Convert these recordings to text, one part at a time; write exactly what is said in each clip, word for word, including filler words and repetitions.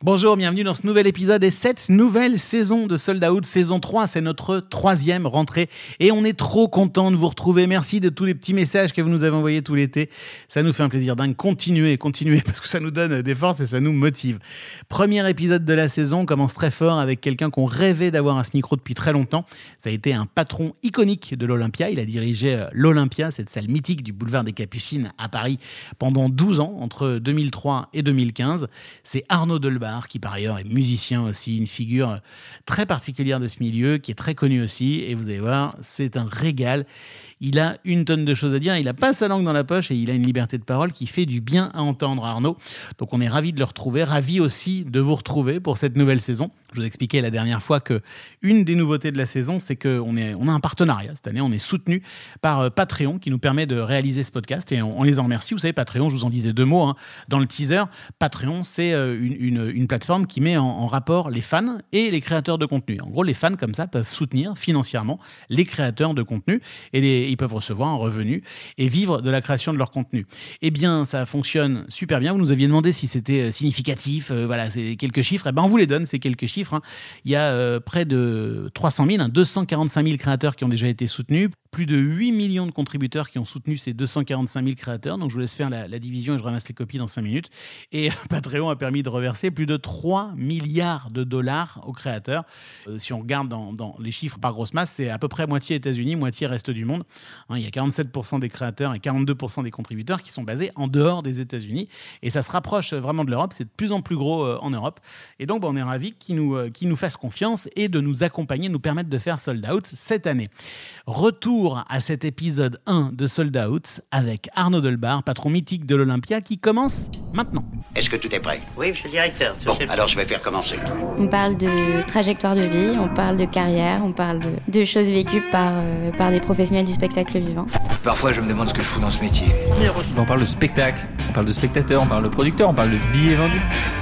Bonjour, bienvenue dans ce nouvel épisode et cette nouvelle saison de Sold Out, saison trois, c'est notre troisième rentrée et on est trop content de vous retrouver. Merci de tous les petits messages que vous nous avez envoyés tout l'été. Ça nous fait un plaisir dingue. Continuez, continuez parce que ça nous donne des forces et ça nous motive. Premier épisode de la saison, on commence très fort avec quelqu'un qu'on rêvait d'avoir à ce micro depuis très longtemps. Ça a été un patron iconique de l'Olympia. Il a dirigé l'Olympia, cette salle mythique du boulevard des Capucines à Paris pendant douze ans, entre deux mille trois et deux mille quinze. C'est Arnaud Delbar, qui par ailleurs est musicien aussi, une figure très particulière de ce milieu, qui est très connue aussi, et vous allez voir, c'est un régal. Il a une tonne de choses à dire, il n'a pas sa langue dans la poche et il a une liberté de parole qui fait du bien à entendre, Arnaud. Donc on est ravis de le retrouver, ravis aussi de vous retrouver pour cette nouvelle saison. Je vous expliquais la dernière fois qu'une des nouveautés de la saison, c'est qu'on est, on a un partenariat. Cette année, on est soutenu par Patreon qui nous permet de réaliser ce podcast et on, on les en remercie. Vous savez, Patreon, je vous en disais deux mots hein, dans le teaser. Patreon, c'est une, une, une plateforme qui met en, en rapport les fans et les créateurs de contenu. En gros, les fans, comme ça, peuvent soutenir financièrement les créateurs de contenu et les, ils peuvent recevoir un revenu et vivre de la création de leur contenu. Eh bien, ça fonctionne super bien. Vous nous aviez demandé si c'était significatif. Euh, voilà, c'est quelques chiffres. Eh ben, on vous les donne, ces quelques chiffres. Il y a euh, près de trois cent mille, hein, deux cent quarante-cinq mille créateurs qui ont déjà été soutenus, plus de huit millions de contributeurs qui ont soutenu ces deux cent quarante-cinq mille créateurs. Donc je vous laisse faire la, la division et je ramasse les copies dans cinq minutes. Et Patreon a permis de reverser plus de trois milliards de dollars aux créateurs. Euh, si on regarde dans, dans les chiffres par grosse masse, c'est à peu près moitié États-Unis, moitié reste du monde. Hein, il y a quarante-sept pour cent des créateurs et quarante-deux pour cent des contributeurs qui sont basés en dehors des États-Unis. Et ça se rapproche vraiment de l'Europe. C'est de plus en plus gros euh, en Europe. Et donc, bah, on est ravis qu'ils nous, euh, qu'ils nous fassent confiance et de nous accompagner, nous permettre de faire Sold Out cette année. Retour à cet épisode un de Sold Out avec Arnaud Delbar, patron mythique de l'Olympia, qui commence maintenant. Est-ce que tout est prêt ? Oui, monsieur le directeur. Bon, alors je vais faire commencer. On parle de trajectoire de vie, on parle de carrière, on parle de, de choses vécues par, euh, par des professionnels du spectacle vivant. Parfois, je me demande ce que je fous dans ce métier. On parle de spectacle, on parle de spectateur, on parle de producteur, on parle de billets vendus.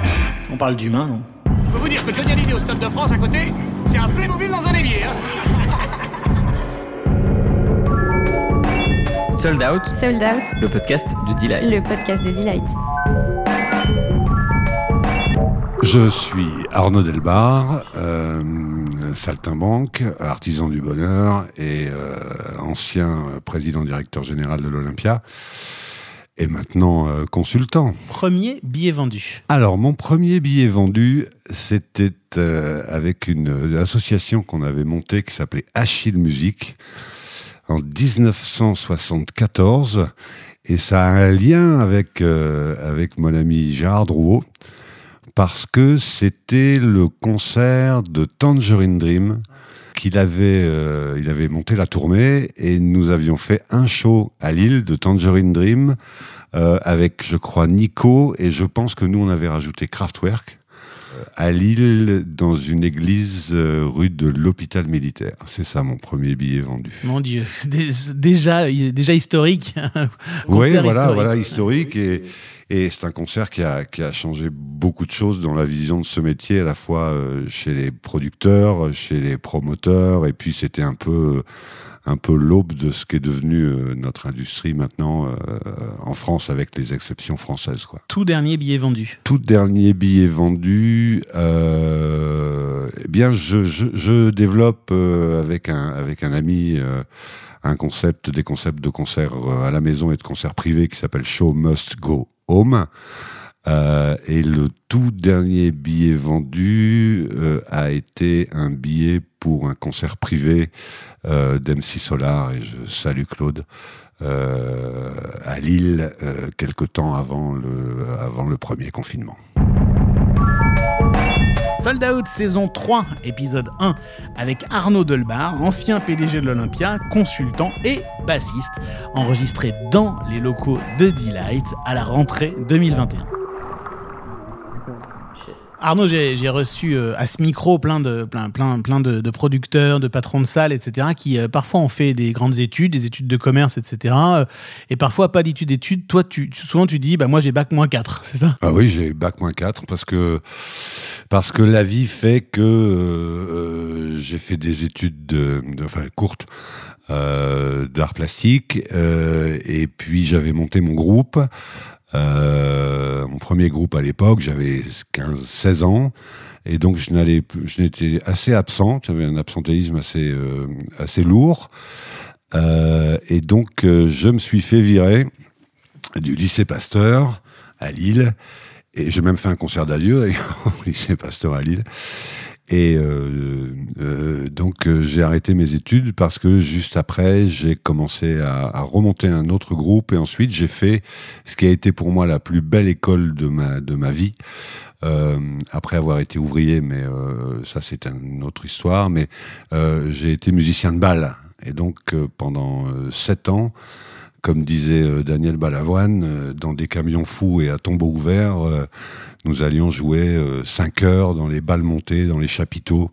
On parle d'humain, non ? Je peux vous dire que Johnny Hallyday au Stade de France à côté, c'est un Playmobil dans un évier. Hein. Sold Out, Sold Out, le podcast de Delight. le podcast de Delight. Je suis Arnaud Delbar, euh, saltimbanque, artisan du bonheur et euh, ancien président-directeur général de l'Olympia. Et maintenant euh, consultant. Premier billet vendu. Alors, mon premier billet vendu, c'était euh, avec une, une association qu'on avait montée qui s'appelait Achille Musique en dix-neuf cent soixante-quatorze. Et ça a un lien avec, euh, avec mon ami Gérard Drouot, parce que c'était le concert de Tangerine Dream qu'il avait, euh, il avait monté la tournée et nous avions fait un show à Lille de Tangerine Dream euh, avec, je crois, Nico et je pense que nous, on avait rajouté Kraftwerk euh, à Lille dans une église euh, rue de l'hôpital militaire. C'est ça mon premier billet vendu. Mon Dieu, déjà, déjà historique. Oui, voilà, historique. voilà, historique et Et c'est un concert qui a, qui a changé beaucoup de choses dans la vision de ce métier, à la fois euh, chez les producteurs, chez les promoteurs, et puis c'était un peu, un peu l'aube de ce qu'est devenu euh, notre industrie maintenant euh, en France, avec les exceptions françaises, quoi. Tout dernier billet vendu. Tout dernier billet vendu, euh, eh bien, je, je, je développe euh, avec, un, avec un ami... Euh, un concept, des concepts de concerts à la maison et de concerts privés qui s'appelle Show Must Go Home. Euh, et le tout dernier billet vendu euh, a été un billet pour un concert privé euh, d'M C Solar, et je salue Claude, euh, à Lille, euh, quelque temps avant le, avant le premier confinement. Sold Out saison trois, épisode un, avec Arnaud Delbar, ancien P D G de l'Olympia, consultant et bassiste, enregistré dans les locaux de Delight à la rentrée deux mille vingt et un. Arnaud, j'ai, j'ai reçu euh, à ce micro plein de, plein, plein, plein de, de producteurs, de patrons de salles, et cetera, qui euh, parfois ont fait des grandes études, des études de commerce, et cetera, euh, et parfois pas d'études d'études. Toi, tu, souvent, tu dis, bah, moi, j'ai bac moins quatre, c'est ça ? Ah oui, j'ai bac moins quatre, parce que, parce que la vie fait que euh, j'ai fait des études de, de, enfin, courtes, euh, d'art plastique, euh, et puis j'avais monté mon groupe. Euh, mon premier groupe à l'époque, j'avais quinze seize ans. Et donc, je, n'allais, je n'étais assez absent. J'avais un absentéisme assez, euh, assez lourd. Euh, et donc, euh, je me suis fait virer du lycée Pasteur à Lille. Et j'ai même fait un concert d'adieu d'ailleurs, au lycée Pasteur à Lille. Et euh, euh, donc, euh, j'ai arrêté mes études parce que juste après, j'ai commencé à, à remonter un autre groupe. Et ensuite, j'ai fait ce qui a été pour moi la plus belle école de ma, de ma vie. Euh, après avoir été ouvrier, mais euh, ça c'est une autre histoire, mais euh, j'ai été musicien de bal. Et donc euh, pendant euh, sept ans, comme disait euh, Daniel Balavoine, euh, dans des camions fous et à tombeau ouvert, euh, nous allions jouer euh, cinq heures dans les bals montés, dans les chapiteaux,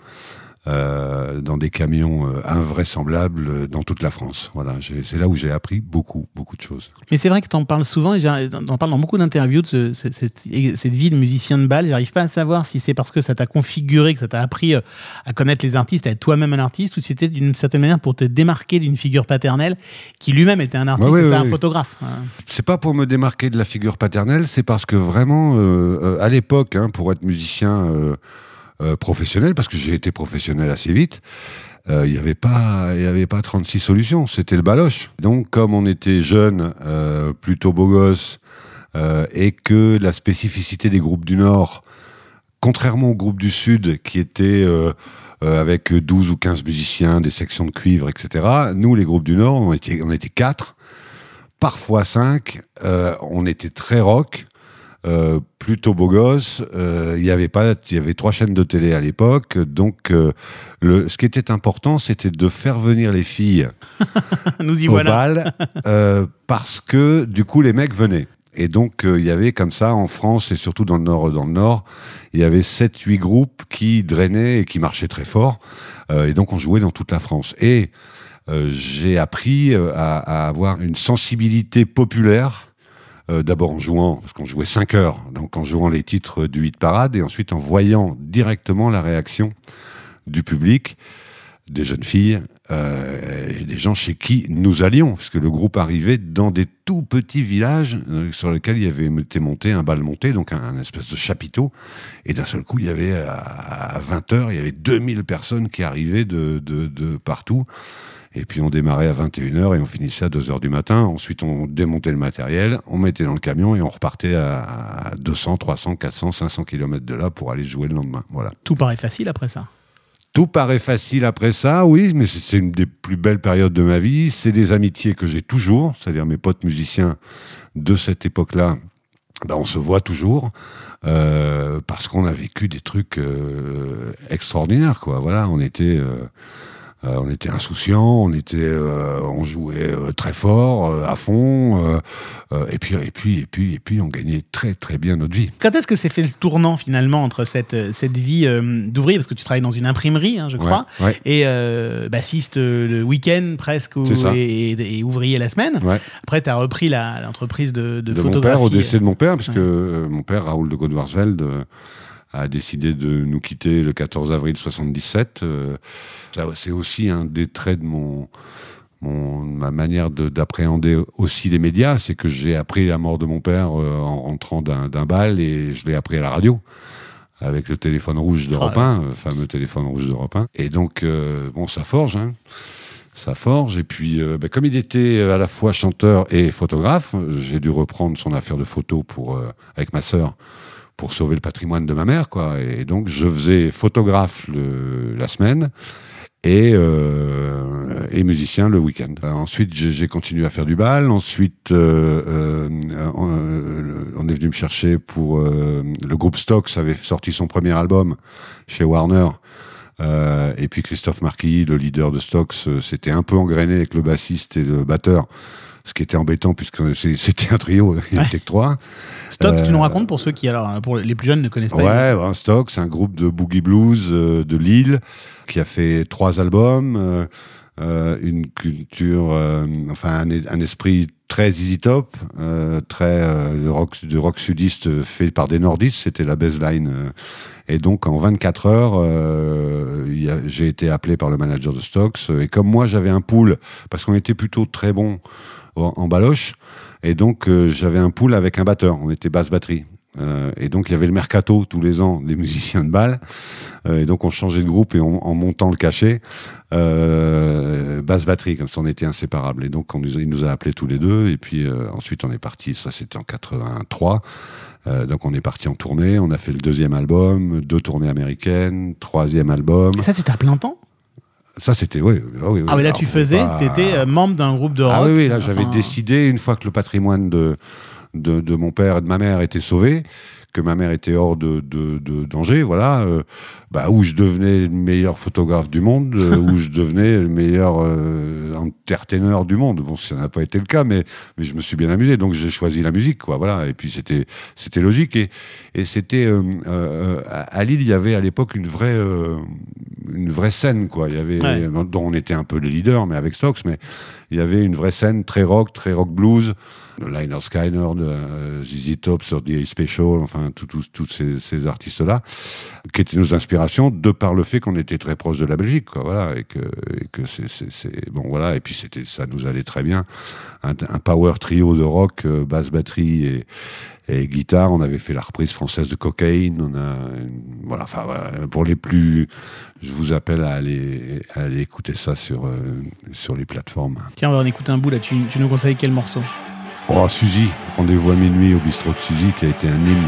euh, dans des camions euh, invraisemblables euh, dans toute la France. Voilà, j'ai, c'est là où j'ai appris beaucoup, beaucoup de choses. Mais c'est vrai que tu en parles souvent, et t'en parles dans beaucoup d'interviews de ce, ce, cette, cette vie de musicien de bal. J'arrive pas à savoir si c'est parce que ça t'a configuré, que ça t'a appris à connaître les artistes, à être toi-même un artiste, ou si c'était d'une certaine manière pour te démarquer d'une figure paternelle qui lui-même était un artiste, ouais, ouais, et c'est ouais, un ouais. photographe. C'est pas pour me démarquer de la figure paternelle, c'est parce que vraiment, euh, à l'époque, hein, pour être musicien euh, euh, professionnel, parce que j'ai été professionnel assez vite, il euh, n'y avait pas, il y avait pas trente-six solutions, c'était le baloche. Donc, comme on était jeunes, euh, plutôt beaux gosses, euh, et que la spécificité des groupes du Nord, contrairement aux groupes du Sud, qui étaient euh, euh, avec douze ou quinze musiciens, des sections de cuivre, et cetera, nous, les groupes du Nord, on était, on était quatre, parfois cinq, euh, on était très rock, Euh, plutôt beau gosse. Il euh, y avait pas, il y avait trois chaînes de télé à l'époque, donc euh, le, ce qui était important, c'était de faire venir les filles Nous y au voilà. bal, euh, parce que du coup les mecs venaient. Et donc il euh, y avait comme ça en France et surtout dans le nord, dans le nord, il y avait sept huit groupes qui drainaient et qui marchaient très fort. Euh, et donc on jouait dans toute la France. Et euh, j'ai appris euh, à, à avoir une sensibilité populaire. Euh, d'abord en jouant, parce qu'on jouait cinq heures, donc en jouant les titres du hit parade, et ensuite en voyant directement la réaction du public, des jeunes filles, euh, et des gens chez qui nous allions, parce que le groupe arrivait dans des tout petits villages euh, sur lesquels il y avait été monté un bal monté, donc un, un espèce de chapiteau, et d'un seul coup, il y avait à, à vingt heures, il y avait deux mille personnes qui arrivaient de, de, de partout. Et puis on démarrait à vingt et une heures et on finissait à deux heures du matin. Ensuite, on démontait le matériel, on mettait dans le camion et on repartait à deux cents, trois cents, quatre cents, cinq cents kilomètres de là pour aller jouer le lendemain. Voilà. Tout paraît facile après ça. Tout paraît facile après ça, oui, mais c'est une des plus belles périodes de ma vie. C'est des amitiés que j'ai toujours, c'est-à-dire mes potes musiciens de cette époque-là, ben on se voit toujours. Euh, parce qu'on a vécu des trucs euh, extraordinaires, quoi. Voilà, on était... Euh, Euh, on était insouciants, on était, euh, on jouait euh, très fort, euh, à fond, euh, euh, et puis et puis et puis et puis on gagnait très très bien notre vie. Quand est-ce que s'est fait le tournant finalement entre cette cette vie euh, d'ouvrier, parce que tu travailles dans une imprimerie, hein, je crois, ouais, ouais. et euh, bassiste le week-end presque, ou, et, et, et ouvrier la semaine. Ouais. Après, tu as repris la, l'entreprise de, de, de photographie. De mon père, au décès de mon père, parce ouais. que euh, mon père, Raoul de Godvarsveld, euh, a décidé de nous quitter le quatorze avril soixante-dix-sept. Euh, ça, c'est aussi un des traits de mon, mon, ma manière de, d'appréhender aussi les médias, c'est que j'ai appris la mort de mon père euh, en rentrant d'un, d'un bal, et je l'ai appris à la radio, avec le téléphone rouge d'Europe oh, un, le fameux téléphone rouge d'Europe un. Et donc, euh, bon, ça forge, hein. Ça forge. Et puis, euh, ben, comme il était à la fois chanteur et photographe, j'ai dû reprendre son affaire de photo pour, euh, avec ma sœur, pour sauver le patrimoine de ma mère, quoi. Et donc, je faisais photographe le, la semaine et, euh, et musicien le week-end. Euh, ensuite, j'ai, j'ai continué à faire du bal. Ensuite, euh, euh, on, euh, on est venu me chercher pour... Euh, le groupe Stox avait sorti son premier album chez Warner. Euh, et puis, Christophe Marquilly, le leader de Stox, euh, s'était un peu engrainé avec le bassiste et le batteur. Ce qui était embêtant puisque c'était un trio, il n'y en était que trois. Stock, euh, tu nous racontes pour ceux qui, alors, pour les plus jeunes, ne connaissent pas. Ouais, ouais, Stock, c'est un groupe de boogie blues euh, de Lille qui a fait trois albums, euh, euh, une culture, euh, enfin un, un esprit très easy top, euh, très euh, de rock, de rock sudiste fait par des nordistes, c'était la baseline. Euh, et donc en vingt-quatre heures, euh, y a, j'ai été appelé par le manager de Stock. Et comme moi, j'avais un pool parce qu'on était plutôt très bons en baloche, Et donc, euh, j'avais un pool avec un batteur. On était basse-batterie. Euh, et donc, il y avait le mercato tous les ans des musiciens de bal. Euh, et donc, on changeait de groupe et on, en montant le cachet, euh, basse-batterie, comme ça, on était inséparables. Et donc, on nous, il nous a appelés tous les deux. Et puis, euh, ensuite, on est parti. Ça, c'était en quatre-vingt-trois. Euh, donc, on est parti en tournée. On a fait le deuxième album, deux tournées américaines, troisième album. Et ça, c'était à plein temps ? Ça, c'était, oui. oui, oui ah, oui, là, alors, tu faisais, pas... tu étais euh, membre d'un groupe de rock. Ah, oui, oui, là, enfin... j'avais décidé, une fois que le patrimoine de, de, de mon père et de ma mère était sauvé, que ma mère était hors de, de, de danger, voilà, euh, bah, où je devenais le meilleur photographe du monde, euh, où je devenais le meilleur euh, entertainer du monde. Bon, ça n'a pas été le cas, mais, mais je me suis bien amusé, donc j'ai choisi la musique, quoi, voilà, et puis c'était, c'était logique, et, et c'était, euh, euh, à Lille, il y avait à l'époque une vraie, euh, une vraie scène, quoi, il y avait, ouais. dont on était un peu les leaders, mais avec Stox, mais il y avait une vraie scène très rock, très rock blues, de Lynyrd Skynyrd, de euh, Z Z Top, thirty-eight Special, enfin tous tout, tout ces, ces artistes-là, qui étaient nos inspirations de par le fait qu'on était très proche de la Belgique, quoi, voilà, et que, et que c'est, c'est, c'est bon, voilà, et puis c'était, ça nous allait très bien, un, un power trio de rock, euh, basse batterie et, et guitare. On avait fait la reprise française de Cocaine, on a, une, voilà, enfin voilà, pour les plus, je vous appelle à aller, à aller écouter ça sur euh, sur les plateformes. Tiens, on va en écouter un bout là. Tu, tu nous conseilles quel morceau ? Oh, Suzy, Rendez-vous à minuit au bistrot de Suzy, qui a été un hymne.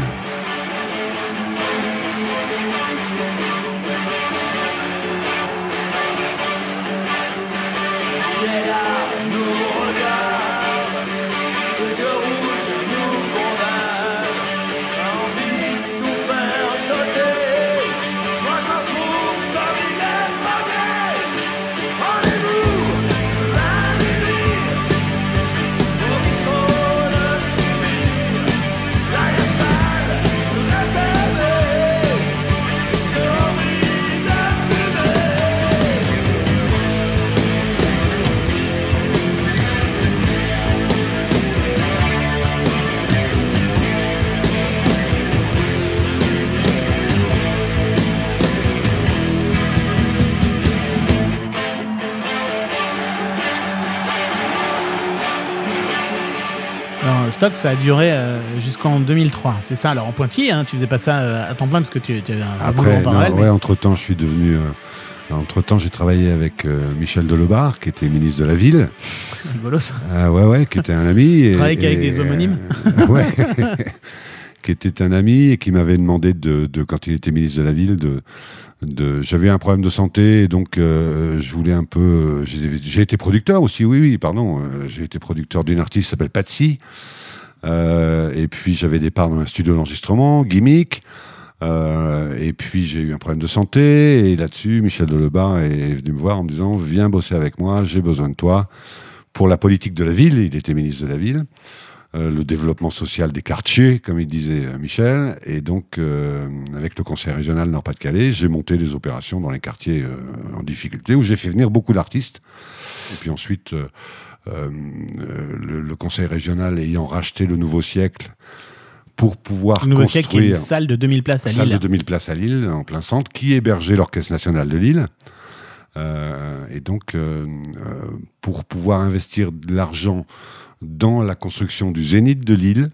Stock, ça a duré euh, jusqu'en deux mille trois, c'est ça. Alors en Pointillé, hein, tu faisais pas ça euh, à temps plein parce que tu, tu avais un Après, boulot en parallèle. non, mais... ouais, entre-temps, je suis devenu... Euh, entre-temps, j'ai travaillé avec euh, Michel Delebarre, qui était ministre de la Ville. C'est rigolo, ça. Euh, ouais, ouais, qui était un ami. Tu et, travaillais et, avec des homonymes euh, Ouais. Qui était un ami et qui m'avait demandé, de, de, quand il était ministre de la Ville, de... De, j'avais un problème de santé, donc euh, je voulais un peu... J'ai, j'ai été producteur aussi, oui, oui, pardon. Euh, j'ai été producteur d'une artiste qui s'appelle Patsy. Euh, et puis j'avais des parts dans un studio d'enregistrement, Gimmick. Euh, et puis j'ai eu un problème de santé. Et là-dessus, Michel Delebarre est venu me voir en me disant « Viens bosser avec moi, j'ai besoin de toi pour la politique de la ville. » Il était ministre de la Ville. Euh, le développement social des quartiers, comme il disait euh, Michel. Et donc, euh, avec le conseil régional Nord-Pas-de-Calais, j'ai monté des opérations dans les quartiers euh, en difficulté, où j'ai fait venir beaucoup d'artistes. Et puis ensuite, euh, euh, le, le conseil régional ayant racheté le Nouveau Siècle pour pouvoir le Nouveau construire... Siècle, qui est une salle de deux mille places à Lille. Salle de deux mille places à Lille, en plein centre, qui hébergeait l'Orchestre national de Lille. Euh, et donc, euh, euh, pour pouvoir investir de l'argent dans la construction du Zénith de Lille,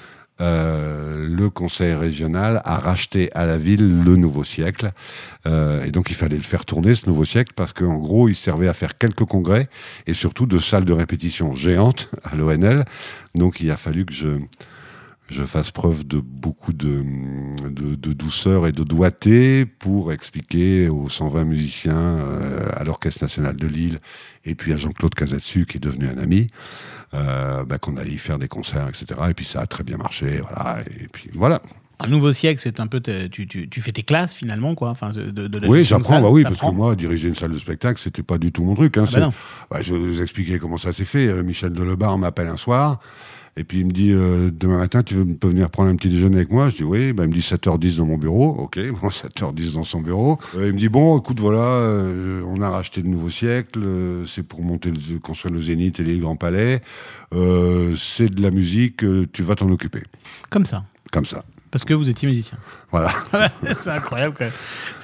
euh, le conseil régional a racheté à la ville le Nouveau Siècle. Euh, et donc, il fallait le faire tourner, ce Nouveau Siècle, parce qu'en gros, il servait à faire quelques congrès et surtout de salles de répétition géantes à l'O N L. Donc, il a fallu que je... je fasse preuve de beaucoup de, de, de douceur et de doigté pour expliquer aux cent vingt musiciens, euh, à l'Orchestre national de Lille, et puis à Jean-Claude Casatsu, qui est devenu un ami, euh, bah, qu'on allait y faire des concerts, et cetera. Et puis ça a très bien marché, voilà. Et puis voilà. Un Nouveau Siècle, c'est un peu... Te, tu, tu, tu fais tes classes, finalement, quoi. Enfin, de, de, de la oui, gestion de j'apprends, salle, bah oui, t'apprends. parce que moi, diriger une salle de spectacle, c'était pas du tout mon truc. Hein, ah bah non. Bah, je vais vous expliquer comment ça s'est fait. Euh, Michel Delebarre m'appelle un soir, et puis il me dit, euh, demain matin, tu veux, peux venir prendre un petit déjeuner avec moi? Je dis oui. Bah, il me dit sept heures dix dans mon bureau. Ok, bon, sept heures dix dans son bureau. Euh, il me dit, bon, écoute, voilà, euh, on a racheté le Nouveau Siècle, euh, c'est pour monter le, construire le Zénith et les Grands Palais. Euh, c'est de la musique, euh, tu vas t'en occuper. Comme ça. Comme ça. Parce que vous étiez musicien. Voilà. C'est incroyable, quand même.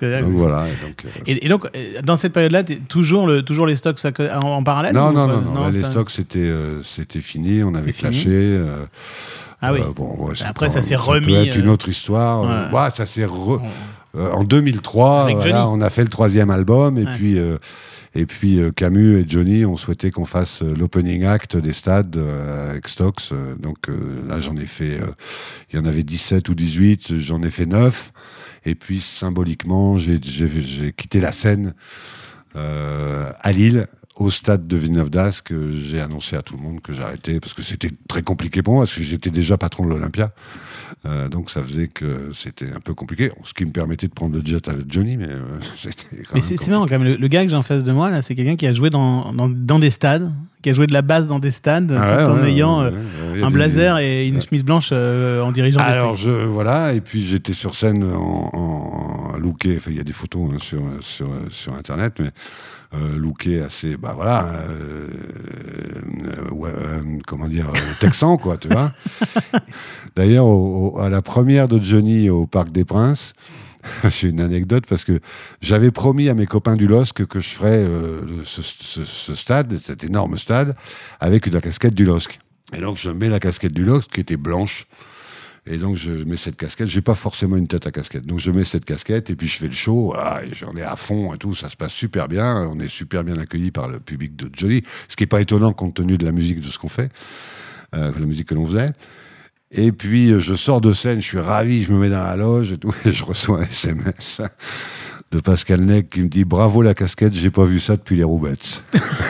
C'est-à-dire Donc que- voilà. Et donc, euh, Et, et donc, euh, dans cette période-là, t'es toujours, le, toujours les stocks à co- en, en parallèle non, ou non, pas non, non, là, les ça- stocks, c'était, euh, c'était fini, on avait C'était fini. clashé. euh, Ah oui. euh, bon, ouais, c'est Après, pas- ça s'est peut remis, être une euh, autre histoire. euh, ouais. ouais, ça s'est re- euh, en deux mille trois, Avec voilà, Johnny. on a fait le troisième album et Ouais. puis. euh, Et puis euh, Camus et Johnny ont souhaité qu'on fasse euh, l'opening act des stades euh, avec Stocks. Euh, donc euh, là, j'en ai fait. euh, Il y en avait dix-sept ou dix-huit, j'en ai fait neuf. Et puis symboliquement, j'ai, j'ai, j'ai quitté la scène euh, à Lille, au stade de Villeneuve-d'Ascq. Que j'ai annoncé à tout le monde que j'arrêtais parce que c'était très compliqué pour moi, parce que j'étais déjà patron de l'Olympia. Euh, donc ça faisait que c'était un peu compliqué, ce qui me permettait de prendre le jet avec Johnny, mais euh, c'était quand Mais même c'est, c'est compliqué. marrant quand même. Le, le gars que j'ai en face de moi, là, c'est quelqu'un qui a joué dans, dans, dans des stades, qui a joué de la basse dans des stades, Ah tout ouais, en ouais, ayant ouais, euh, ouais, il y a un des- blazer et une chemise blanche euh, en dirigeant des Alors trucs. je voilà, et puis j'étais sur scène en, en looké, enfin il y a des photos hein, sur sur sur internet, mais euh, looké assez, bah voilà, euh, euh, ouais, euh, comment dire, euh, texan quoi, tu vois. D'ailleurs, au- au- à la première de Johnny au Parc des Princes, j'ai une anecdote parce que j'avais promis à mes copains du L O S C que, que je ferais euh, le- ce, ce- ce stade, cet énorme stade, avec la casquette du L O S C. Et donc je mets la casquette du L O S C qui était blanche. Et donc je mets cette casquette. J'ai pas forcément une tête à casquette, donc je mets cette casquette et puis je fais le show. Voilà, et j'en ai à fond et tout. Ça se passe super bien. On est super bien accueillis par le public de Johnny, ce qui est pas étonnant compte tenu de la musique de ce qu'on fait, euh, la musique que l'on faisait. Et puis, euh, je sors de scène, je suis ravi, je me mets dans la loge et tout, et je reçois un S M S de Pascal Nègre qui me dit « Bravo la casquette, j'ai pas vu ça depuis les Roubettes.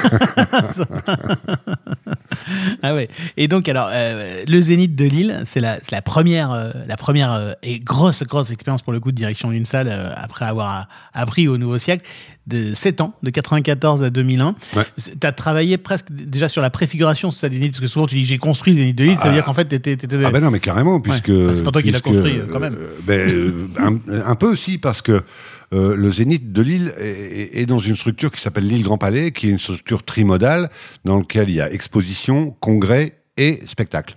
Ah ouais. Et donc, alors, euh, le Zénith de Lille, c'est la, c'est la première, euh, la première euh, et grosse, grosse expérience pour le coup de direction d'une salle euh, après avoir euh, appris au nouveau siècle de sept ans, de quatre-vingt-quatorze à deux mille un. Ouais. Tu as travaillé presque déjà sur la préfiguration de ça, du Zénith, parce que souvent tu dis j'ai construit le Zénith de Lille, ça veut Ah. dire qu'en fait tu étais. Ah ben non, mais carrément, puisque... Enfin, c'est pas toi qui l'as puisque, construit, euh, quand même. euh, ben, euh, un, un peu aussi, parce que euh, le Zénith de Lille est, est- est dans une structure qui s'appelle Lille Grand Palais, qui est une structure trimodale, dans laquelle il y a exposition, congrès et spectacle.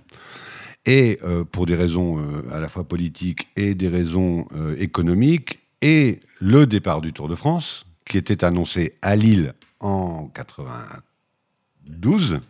Et euh, pour des raisons euh, à la fois politiques et des raisons euh, économiques, et le départ du Tour de France, qui était annoncé à Lille en quatre-vingt-douze,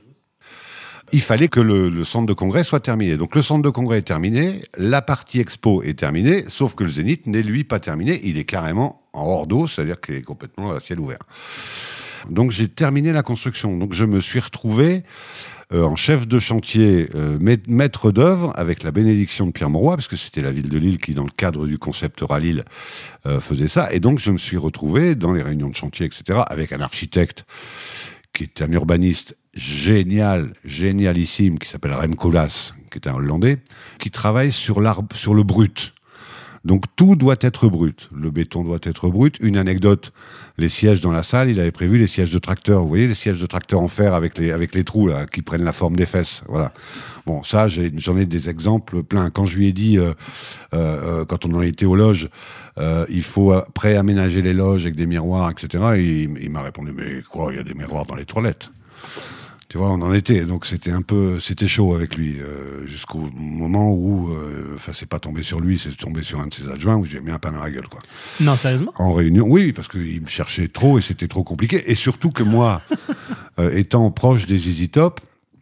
il fallait que le, le centre de congrès soit terminé. Donc le centre de congrès est terminé, la partie expo est terminée, sauf que le Zénith n'est lui pas terminé, il est carrément en hors d'eau, c'est-à-dire qu'il est complètement à ciel ouvert. Donc j'ai terminé la construction. Donc je me suis retrouvé euh, en chef de chantier, euh, maî- maître d'œuvre, avec la bénédiction de Pierre Mauroy, parce que c'était la ville de Lille qui, dans le cadre du concept Rallille, euh, faisait ça. Et donc je me suis retrouvé dans les réunions de chantier, et cetera, avec un architecte qui est un urbaniste génial, génialissime, qui s'appelle Rem Koolhaas, qui est un Hollandais, qui travaille sur, l'arbre, sur le brut. Donc tout doit être brut. Le béton doit être brut. Une anecdote, les sièges dans la salle, il avait prévu les sièges de tracteur. Vous voyez les sièges de tracteur en fer avec les, avec les trous là, qui prennent la forme des fesses. Voilà. Bon, ça, j'ai, j'en ai des exemples pleins. Quand je lui ai dit, euh, euh, quand on en était aux loges, euh, il faut préaménager les loges avec des miroirs, et cetera. Et il, il m'a répondu, mais quoi, il y a des miroirs dans les toilettes. Tu vois, on en était, donc c'était un peu, c'était chaud avec lui, euh, jusqu'au moment où, enfin, euh, c'est pas tombé sur lui, c'est tombé sur un de ses adjoints où j'ai mis un pain dans la gueule, quoi. Non, sérieusement ? En réunion, oui, parce qu'il me cherchait trop et c'était trop compliqué. Et surtout que moi, euh, étant proche des Z Z Top,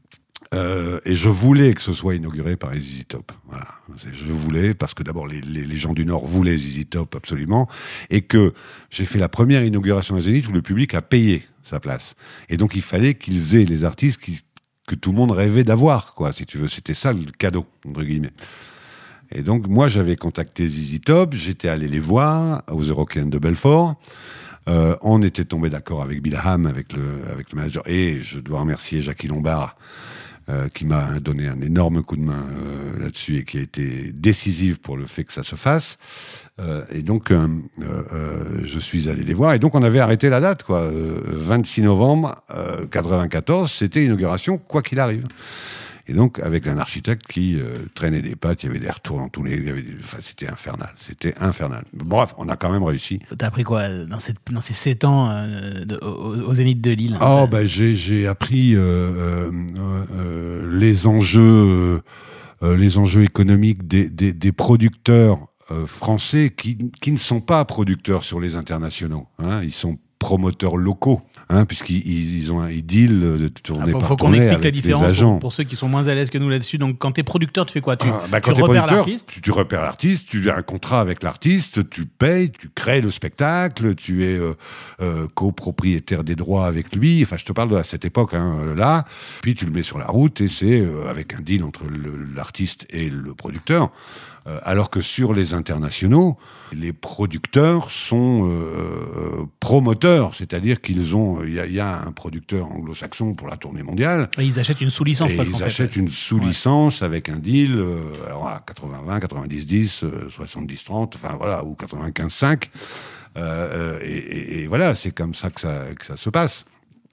euh, et je voulais que ce soit inauguré par les Z Z Top. Voilà. Je voulais, parce que d'abord, les, les, les gens du Nord voulaient Z Z Top absolument, et que j'ai fait la première inauguration à Zénith où le public a payé sa place. Et donc, il fallait qu'ils aient les artistes qui, que tout le monde rêvait d'avoir, quoi, si tu veux. C'était ça, le cadeau, entre guillemets. Et donc, moi, j'avais contacté Z Z Top, j'étais allé les voir aux Eurockéennes de Belfort. Euh, on était tombé d'accord avec Bill Ham, avec le, avec le manager. Et je dois remercier Jackie Lombard, euh, qui m'a donné un énorme coup de main euh, là-dessus et qui a été décisif pour le fait que ça se fasse. Euh, et donc, euh, euh, je suis allé les voir. Et donc, on avait arrêté la date, quoi. Euh, vingt-six novembre euh, quatre-vingt-quatorze, c'était inauguration, quoi qu'il arrive. Et donc, avec un architecte qui euh, traînait des pattes, il y avait des retours dans tous les... Il y avait des, enfin, c'était infernal. C'était infernal. Bref, on a quand même réussi. T'as appris quoi dans, cette, dans ces sept ans euh, de, au, au Zénith de Lille? Oh, ben, j'ai, j'ai appris euh, euh, euh, les enjeux... Euh, les enjeux économiques des, des, des producteurs euh, français qui, qui ne sont pas producteurs sur les internationaux. Hein, ils sont promoteurs locaux, hein, puisqu'ils ils, ils ont un ils deal de tourner Il faut, par faut qu'on tournée explique la avec différence des agents. pour, pour ceux qui sont moins à l'aise que nous là-dessus. Donc, quand tu es producteur, tu fais quoi? Tu, Ah, bah, tu quand t'es repères producteur, l'artiste tu, tu repères l'artiste, tu as un contrat avec l'artiste, tu payes, tu crées le spectacle, tu es euh, euh, copropriétaire des droits avec lui. Enfin, je te parle de à cette époque, hein, là. Puis tu le mets sur la route et c'est euh, avec un deal entre le, l'artiste et le producteur. Euh, alors que sur les internationaux, les producteurs sont euh, promoteurs, c'est-à-dire qu'ils ont, il y, y a un producteur anglo-saxon pour la tournée mondiale. Et ils achètent une sous-licence. Et parce ils qu'en achètent fait, une sous-licence ouais. avec un deal, euh, alors à quatre-vingts vingt, quatre-vingt-dix dix, euh, soixante-dix trente, enfin voilà, ou quatre-vingt-quinze cinq. Euh, et, et, et voilà, c'est comme ça que ça, que ça se passe.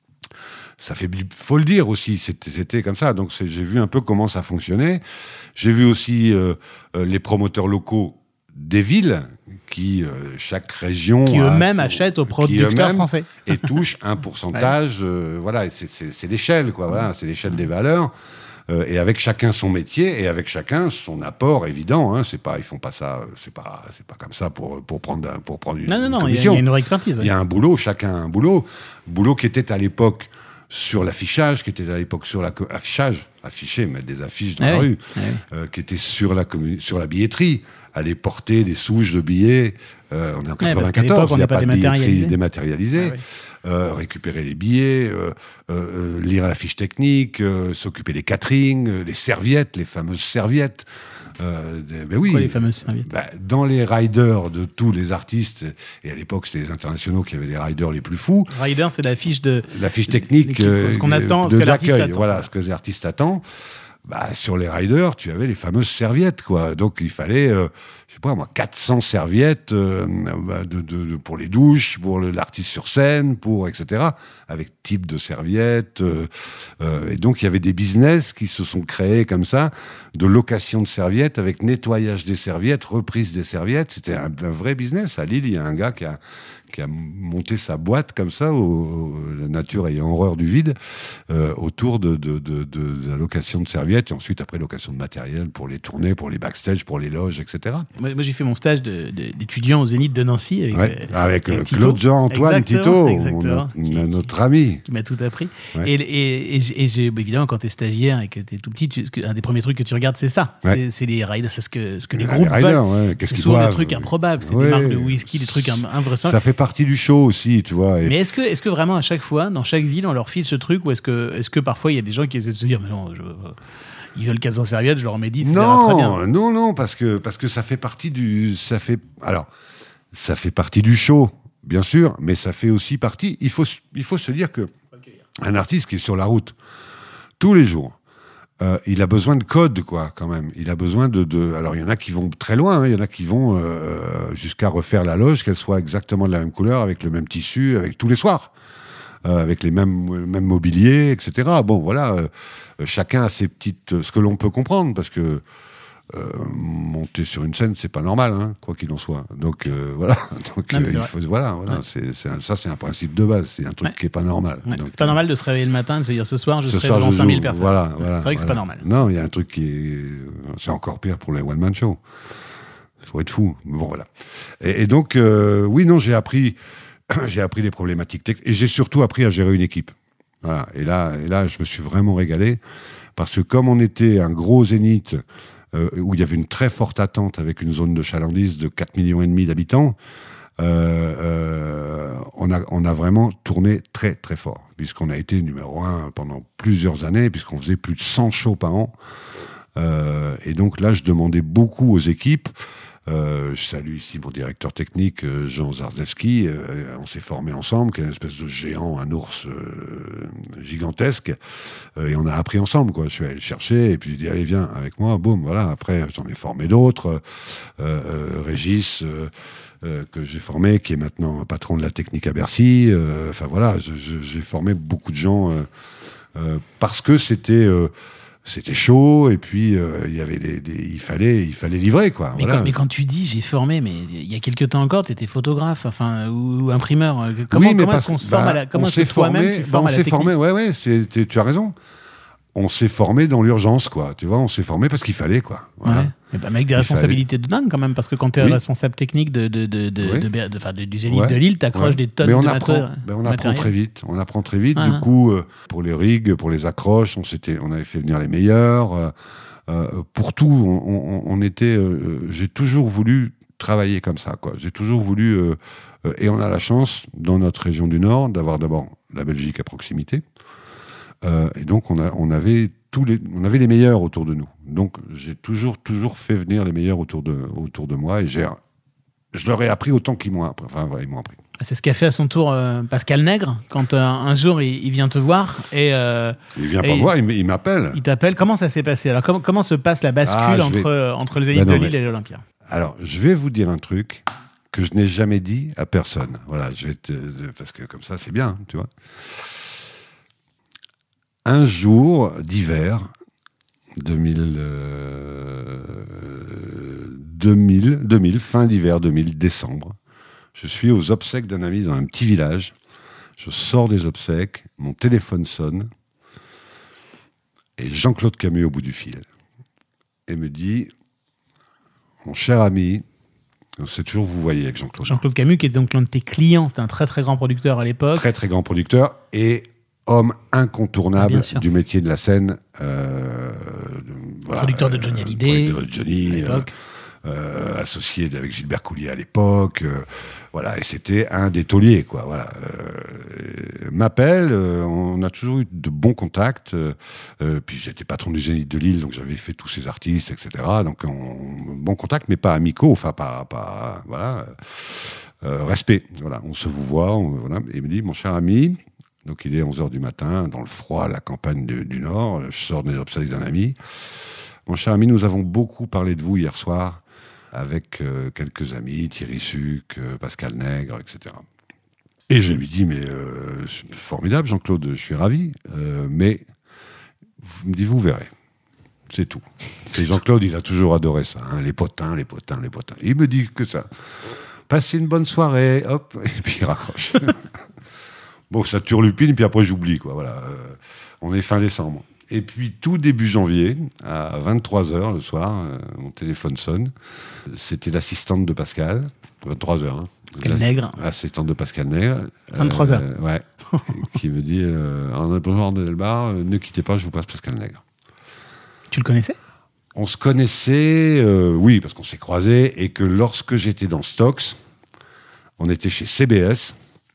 Ça fait, faut le dire aussi, c'était, c'était comme ça. Donc c'est, j'ai vu un peu comment ça fonctionnait. J'ai vu aussi euh, euh, les promoteurs locaux des villes qui, euh, chaque région... Qui a, eux-mêmes achètent aux producteurs français. Et touchent un pourcentage. ouais. euh, voilà, c'est, c'est, c'est l'échelle, quoi. Voilà, c'est l'échelle des valeurs. Euh, et avec chacun son métier et avec chacun son apport évident. Hein, c'est pas, ils font pas ça. C'est pas, c'est pas comme ça pour pour prendre un, pour prendre une, non, non, une non, commission. Il y a une vraie expertise. Ouais. Il y a un boulot, chacun a un boulot, boulot qui était à l'époque sur l'affichage, qui était à l'époque sur la affichage, afficher, mettre des affiches dans ah la oui. rue, ah oui. euh, qui était sur la commun- sur la billetterie, aller porter des souches de billets. Euh, on est en quatre-vingt-quatorze, il n'y a pas, pas de billetterie dématérialisée. Ah oui. Euh, récupérer les billets, euh, euh, lire la fiche technique, euh, s'occuper des catering, euh, les serviettes, les fameuses serviettes. Euh, des, ben oui, quoi les fameuses serviettes ben, dans les riders de tous les artistes, et à l'époque c'était les internationaux qui avaient les riders les plus fous. Rider, c'est la fiche de la fiche technique, euh, ce qu'on attend, de, ce que d'accueil, l'artiste attend. Voilà, ce que l'artiste attend. Bah, sur les riders, tu avais les fameuses serviettes, quoi. Donc il fallait, euh, je sais pas moi, quatre cents serviettes euh, de, de, de, pour les douches, pour le, l'artiste sur scène, pour et cetera. Avec type de serviettes. Euh, euh, et donc il y avait des business qui se sont créés comme ça, de location de serviettes, avec nettoyage des serviettes, reprise des serviettes. C'était un, un vrai business. À Lille, il y a un gars qui a qui a monté sa boîte comme ça, au, au, la nature ayant horreur du vide, euh, autour de, de, de, de, de la location de serviettes, et ensuite après location de matériel pour les tournées, pour les backstage, pour les loges, et cetera. Moi, moi j'ai fait mon stage de, de, d'étudiant au Zénith de Nancy avec, ouais, euh, avec, avec Claude Jean-Antoine Tito, exactement, on a, qui, notre qui, ami. Qui m'a tout appris. Ouais. Et, et, et, et j'ai, évidemment, quand tu es stagiaire et que tu es tout petit, tu, un des premiers trucs que tu regardes, c'est ça. Ouais. C'est, c'est les riders, c'est ce que, ce que les groupes les riders, veulent. Ouais. Qu'est-ce c'est souvent doivent, des trucs improbables. C'est ouais. des marques de whisky, des trucs invraisemblables. Ça fait partie du show aussi, tu vois. Et... Mais est-ce que, est-ce que vraiment à chaque fois, dans chaque ville, on leur file ce truc, ou est-ce que, est-ce que parfois il y a des gens qui essaient de se dire, mais non, je, ils veulent quatre cents serviettes, je leur en mets dix, ça va très bien. Non, non, parce que parce que ça fait partie du, ça fait, alors, ça fait partie du show, bien sûr, mais ça fait aussi partie. Il faut, il faut se dire que un artiste qui est sur la route tous les jours. Euh, il a besoin de code, quoi, quand même. Il a besoin de... de... Alors, il y en a qui vont très loin, hein. Il y en a qui vont euh, jusqu'à refaire la loge, qu'elle soit exactement de la même couleur, avec le même tissu, avec tous les soirs, euh, avec les mêmes, mêmes mobiliers, et cetera. Bon, voilà, euh, chacun a ses petites... Ce que l'on peut comprendre, parce que euh, monter sur une scène, c'est pas normal, hein, quoi qu'il en soit. Donc, euh, voilà. Donc, non, euh, il faut, voilà, voilà. Ouais. C'est, c'est un, ça, c'est un principe de base. C'est un truc ouais. qui est pas normal. Ouais. Donc, c'est pas euh, normal de se réveiller le matin et de se dire ce soir, je ce serai soir, devant je cinq mille joue. personnes. Voilà, voilà, c'est vrai que voilà. c'est pas normal. Non, il y a un truc qui est... C'est encore pire pour les one-man shows. Il faut être fou. Bon, voilà. Et, et donc, euh, oui, non, j'ai appris... j'ai appris les problématiques techniques. Et j'ai surtout appris à gérer une équipe. Voilà. Et là, et là, je me suis vraiment régalé. Parce que comme on était un gros zénith... Euh, où il y avait une très forte attente avec une zone de chalandise de quatre millions et demi d'habitants, euh, euh, on, a, on a vraiment tourné très très fort, puisqu'on a été numéro un pendant plusieurs années, puisqu'on faisait plus de cent shows par an. Euh, et donc là, je demandais beaucoup aux équipes. Euh, je salue ici mon directeur technique, euh, Jean Zarzewski. Euh, on s'est formés ensemble, qui est une espèce de géant, un ours euh, gigantesque. Euh, et on a appris ensemble, quoi. Je suis allé le chercher et puis je lui ai dit, allez, viens avec moi. Boum, voilà. Après, j'en ai formé d'autres. Euh, euh, Régis, euh, euh, que j'ai formé, qui est maintenant patron de la technique à Bercy. Enfin, euh, voilà, je, je, j'ai formé beaucoup de gens euh, euh, parce que c'était... Euh, C'était chaud, et puis euh, il y avait des, des, il fallait, il fallait livrer, quoi. Mais, voilà. quand, mais quand tu dis j'ai formé, mais il y a quelques temps encore, tu étais photographe, enfin ou, ou imprimeur. Comment, oui, comment est-ce qu'on se forme bah, à la, comment est-ce que toi-même formé, tu formes bah, à la technique ? technique ? On s'est formé, ouais, ouais, c'est, tu as raison. On s'est formé dans l'urgence, quoi. Tu vois, on s'est formé parce qu'il fallait, quoi. Voilà. Ouais. Mais bah, avec des Il responsabilités fallait... de dingue quand même, parce que quand tu es oui. responsable technique de, de, de, de, oui. de, de, de, de, du Zénith ouais. de Lille, tu accroches ouais. des tonnes Mais on de apprend, matos, ben on apprend très vite. On apprend très vite. Ah, du hein. coup, euh, pour les rigs, pour les accroches, on, s'était, on avait fait venir les meilleurs. Euh, euh, pour tout, on, on, on était. Euh, j'ai toujours voulu travailler comme ça, quoi. J'ai toujours voulu. Euh, euh, et on a la chance, dans notre région du Nord, d'avoir d'abord la Belgique à proximité. Euh, et donc, on, a, on, avait tous les, on avait les meilleurs autour de nous. Donc, j'ai toujours, toujours fait venir les meilleurs autour de, autour de moi. Et j'ai, je leur ai appris autant qu'ils m'ont appris. Enfin, voilà, ils m'ont appris. C'est ce qu'a fait à son tour euh, Pascal Nègre, quand euh, un jour il, il vient te voir. Et, euh, il vient et pas il, me voir, il, il m'appelle. Il t'appelle. Comment ça s'est passé? Alors, comment, comment se passe la bascule ah, entre, vais... entre le Zénith ben non, de Lille mais... et l'Olympia? Alors, je vais vous dire un truc que je n'ai jamais dit à personne. Voilà, je vais te... parce que comme ça, c'est bien, tu vois. Un jour d'hiver, deux mille, euh, deux mille, deux mille, fin d'hiver deux mille, décembre, je suis aux obsèques d'un ami dans un petit village. Je sors des obsèques, mon téléphone sonne, et Jean-Claude Camus au bout du fil. Et me dit, mon cher ami, c'est toujours vous voyez avec Jean-Claude. Jean-Claude Camus, qui était donc l'un de tes clients, c'était un très très grand producteur à l'époque. Très très grand producteur, et homme incontournable ah, du métier de la scène. Euh, voilà, producteur de Johnny Hallyday. Producteur de Johnny, à l'époque. Euh, associé avec Gilbert Coulier à l'époque, euh, voilà, et c'était un des tauliers, quoi. Voilà, euh, m'appelle, euh, on a toujours eu de bons contacts. Euh, puis j'étais patron du Zénith de Lille, donc j'avais fait tous ces artistes, et cetera. Donc on, bon contact, mais pas amicaux, enfin pas, pas voilà, euh, respect. Voilà, on se vous voit, on, voilà. Et il me dit, mon cher ami. Donc il est onze heures du matin, dans le froid, la campagne de, du Nord. Je sors des obsèques d'un ami. Mon cher ami, nous avons beaucoup parlé de vous hier soir avec euh, quelques amis, Thierry Suc, euh, Pascal Nègre, et cetera. Et je lui dis, mais euh, c'est formidable, Jean-Claude, je suis ravi, euh, mais vous me dites, vous verrez. C'est tout. C'est Jean-Claude, il a toujours adoré ça, hein, les potins, les potins, les potins. Il me dit que ça. Passez une bonne soirée, hop, et puis il raccroche. Bon, ça turlupine, puis après j'oublie, quoi. Voilà. Euh, on est fin décembre. Et puis, tout début janvier, à vingt-trois heures le soir, euh, mon téléphone sonne. C'était l'assistante de Pascal, vingt-trois heures. Hein. Pascal Nègre. L'assistante de Pascal Nègre. vingt-trois heures. Euh, ouais. Qui me dit euh, bonjour Arnaud Delbar, euh, ne quittez pas, je vous passe Pascal Nègre. Tu le connaissais? On se connaissait, euh, oui, parce qu'on s'est croisés, et que lorsque j'étais dans Stox, on était chez C B S,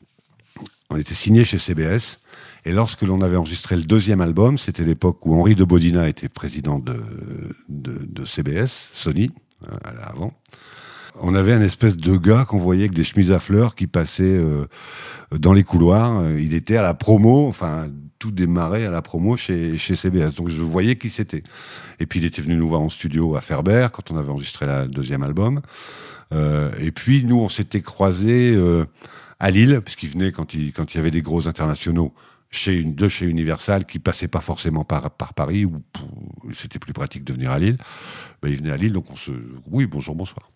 on était signé chez C B S. Et lorsque l'on avait enregistré le deuxième album, c'était l'époque où Henri de Bodina était président de, de, de C B S, Sony, euh, avant. On avait un espèce de gars qu'on voyait avec des chemises à fleurs qui passait euh, dans les couloirs. Il était à la promo, enfin, tout démarrait à la promo chez, chez C B S. Donc je voyais qui c'était. Et puis il était venu nous voir en studio à Ferber quand on avait enregistré le deuxième album. Euh, et puis nous, on s'était croisés euh, à Lille, puisqu'il venait quand il, quand il y avait des gros internationaux. Chez une, de chez Universal qui passait pas forcément par, par Paris, où c'était plus pratique de venir à Lille. Ben, il venait à Lille, donc on se... Oui, bonjour, bonsoir.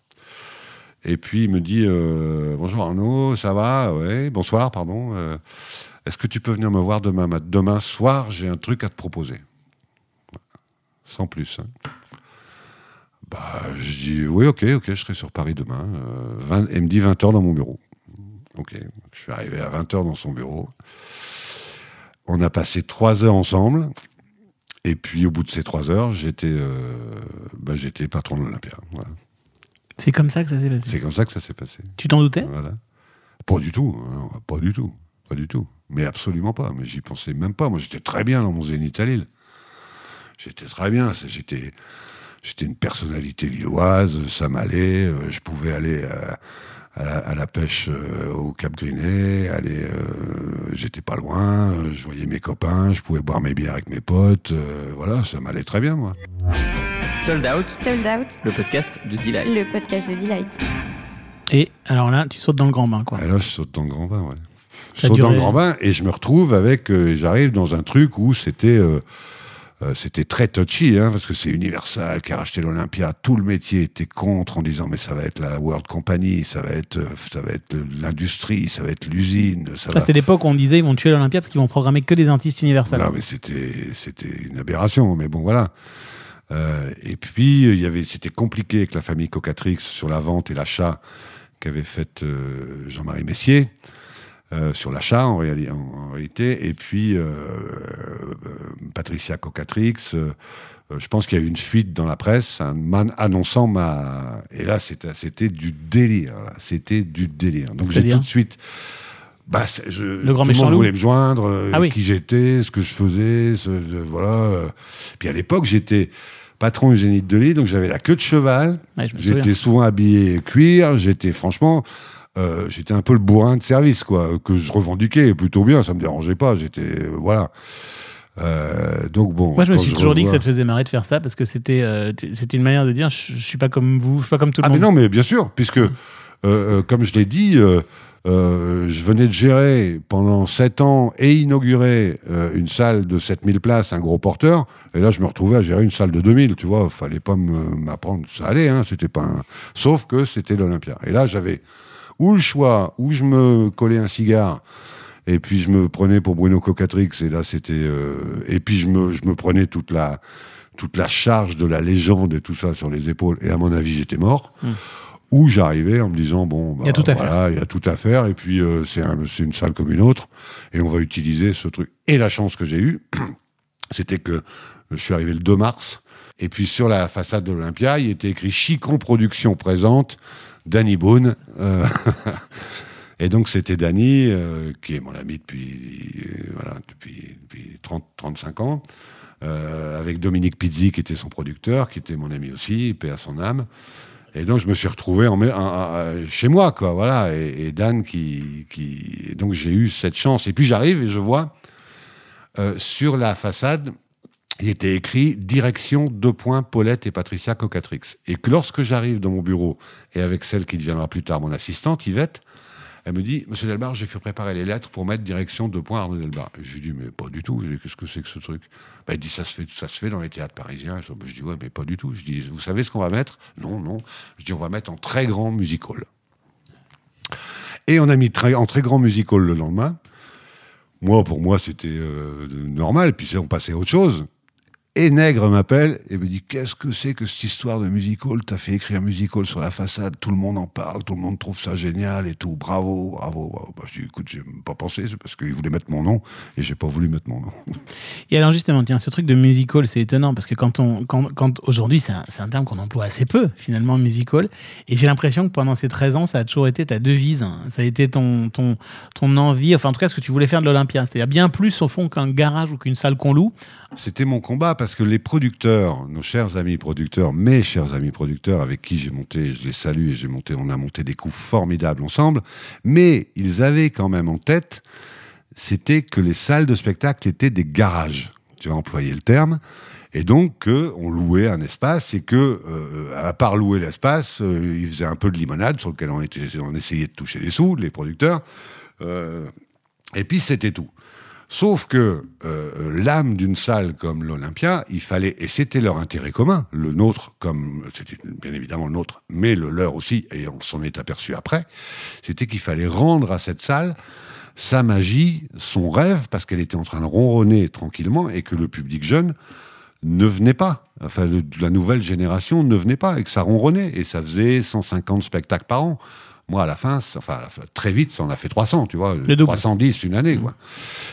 Et puis il me dit euh, bonjour Arnaud, ça va? Ouais, bonsoir, pardon. Euh, est-ce que tu peux venir me voir demain, demain soir? J'ai un truc à te proposer. Sans plus. Hein. Bah, je dis oui, ok, ok, je serai sur Paris demain. Euh, vingt, elle me dit vingt heures dans mon bureau. Ok, je suis arrivé à vingt heures dans son bureau. On a passé trois heures ensemble, et puis au bout de ces trois heures, j'étais, euh, bah, j'étais patron de l'Olympia. Voilà. C'est comme ça que ça s'est passé? C'est comme ça que ça s'est passé. Tu t'en doutais? Voilà. Pas du tout, hein, pas du tout, pas du tout. Mais absolument pas, mais j'y pensais même pas. Moi, j'étais très bien dans mon Zénith à Lille. J'étais très bien, j'étais, j'étais une personnalité lilloise, ça m'allait, euh, je pouvais aller... Euh, À la, à la pêche euh, au Cap Grinet, aller, euh, j'étais pas loin, euh, je voyais mes copains, je pouvais boire mes bières avec mes potes, euh, voilà, ça m'allait très bien, moi. Sold Out. Sold Out. Le podcast de Delight. Le podcast de Delight. Et alors là, tu sautes dans le grand bain, quoi. Et là, je saute dans le grand bain, ouais. Je Ça saute duré... dans le grand bain et je me retrouve avec, euh, j'arrive dans un truc où c'était... Euh, Euh, c'était très touchy, hein, parce que c'est Universal qui a racheté l'Olympia. Tout le métier était contre en disant mais ça va être la World Company, ça va être, ça va être l'industrie, ça va être l'usine. Ça ah, va... C'est l'époque où on disait ils vont tuer l'Olympia parce qu'ils vont programmer que des artistes Universal. Non, mais c'était, c'était une aberration. Mais bon, voilà. Euh, et puis, il y avait, c'était compliqué avec la famille Cocatrix sur la vente et l'achat qu'avait fait euh, Jean-Marie Messier, euh, sur l'achat en, réali- en, en réalité. Et puis, euh, euh, Patricia Cocatrix, euh, je pense qu'il y a eu une fuite dans la presse, un man annonçant ma... Et là, c'était, c'était du délire. Là. C'était du délire. Donc, C'est-à-dire j'ai tout de suite... Bah, je, le grand tout méchant le monde loup. voulait me joindre, euh, Ah oui. qui j'étais, ce que je faisais, ce, euh, voilà. euh. Puis à l'époque, j'étais patron du Zénith de Lille, donc j'avais la queue de cheval. Ouais, je me J'étais souviens. souvent habillé cuir. J'étais franchement, euh, j'étais un peu le bourrin de service, quoi, que je revendiquais plutôt bien. Ça me dérangeait pas. J'étais, euh, voilà. Euh, donc bon. Moi, je me quand suis toujours dit que revois- ça te faisait marrer de faire ça parce que c'était, euh, t- c'était une manière de dire je, je suis pas comme vous, je suis pas comme tout le Ah mais monde. non, mais bien sûr, puisque euh, euh, comme je l'ai dit. Euh, Euh, je venais de gérer pendant sept ans et inaugurer euh, une salle de sept mille places, un gros porteur. Et là, je me retrouvais à gérer une salle de deux mille. Tu vois, fallait pas me, m'apprendre. Ça allait, hein, c'était pas un... Sauf que c'était l'Olympia. Et là, j'avais ou le choix, ou je me collais un cigare, et puis je me prenais pour Bruno Cocatrix. Et là, c'était. Euh... Et puis je me, je me prenais toute la, toute la charge de la légende et tout ça sur les épaules. Et à mon avis, j'étais mort. Mmh. Où j'arrivais en me disant bon, bah, il y a tout à voilà, faire. Il y a tout à faire, et puis euh, c'est, un, c'est une salle comme une autre, et on va utiliser ce truc. Et la chance que j'ai eue, c'était que je suis arrivé le deux mars, et puis sur la façade de l'Olympia, il était écrit Chicon Productions présente, Danny Boone. Euh, et donc c'était Danny, euh, qui est mon ami depuis, euh, voilà, depuis, depuis trente à trente-cinq ans, euh, avec Dominique Pizzi, qui était son producteur, qui était mon ami aussi, paix à son âme. Et donc, je me suis retrouvé en, en, en, chez moi, quoi, voilà. Et, et Dan qui, qui... Et donc, j'ai eu cette chance. Et puis, j'arrive et je vois, euh, sur la façade, il était écrit « Direction, deux points, Paulette et Patricia Cocatrix ». Et que lorsque j'arrive dans mon bureau, et avec celle qui deviendra plus tard mon assistante, Yvette, elle me dit « Monsieur Delbar, j'ai fait préparer les lettres pour mettre direction, deux points, Arnaud Delbar ». Je lui dis « Mais pas du tout, qu'est-ce que c'est que ce truc ?» Ben, il dit ça se fait, ça se fait dans les théâtres parisiens. Je dis ouais, mais pas du tout. Je dis vous savez ce qu'on va mettre ? Non, non. Je dis on va mettre en très grand music hall. Et on a mis très, en très grand music hall le lendemain. Moi, pour moi, c'était euh, normal. Puis on passait à autre chose. Et Nègre m'appelle et me dit qu'est-ce que c'est que cette histoire de music hall ? T'as fait écrire music hall sur la façade, tout le monde en parle, tout le monde trouve ça génial et tout. Bravo, bravo. bravo. Bah, je dis écoute, j'ai même pas pensé, c'est parce qu'ils voulaient mettre mon nom et j'ai pas voulu mettre mon nom. Et alors justement, tiens, ce truc de music hall, c'est étonnant parce que quand on, quand, quand aujourd'hui, c'est un, c'est un terme qu'on emploie assez peu finalement, music hall. Et j'ai l'impression que pendant ces treize ans, ça a toujours été ta devise. Hein. Ça a été ton, ton, ton envie, enfin en tout cas, ce que tu voulais faire de l'Olympia. C'est-à-dire bien plus au fond qu'un garage ou qu'une salle qu'on loue. C'était mon combat parce que les producteurs, nos chers amis producteurs, mes chers amis producteurs avec qui j'ai monté, je les salue et j'ai monté, on a monté des coups formidables ensemble, mais ils avaient quand même en tête, c'était que les salles de spectacle étaient des garages, tu vas employer le terme, et donc euh, on louait un espace et que, euh, à part louer l'espace, euh, ils faisaient un peu de limonade sur lequel on, était, on essayait de toucher les sous, les producteurs, euh, et puis c'était tout. Sauf que euh, l'âme d'une salle comme l'Olympia, il fallait, et c'était leur intérêt commun, le nôtre, comme c'était bien évidemment le nôtre, mais le leur aussi, et on s'en est aperçu après, c'était qu'il fallait rendre à cette salle sa magie, son rêve, parce qu'elle était en train de ronronner tranquillement et que le public jeune ne venait pas, enfin le, la nouvelle génération ne venait pas, et que ça ronronnait, et ça faisait cent cinquante spectacles par an. Moi, à la fin, enfin très vite, ça en a fait trois cents, tu vois, trois cent dix une année, quoi.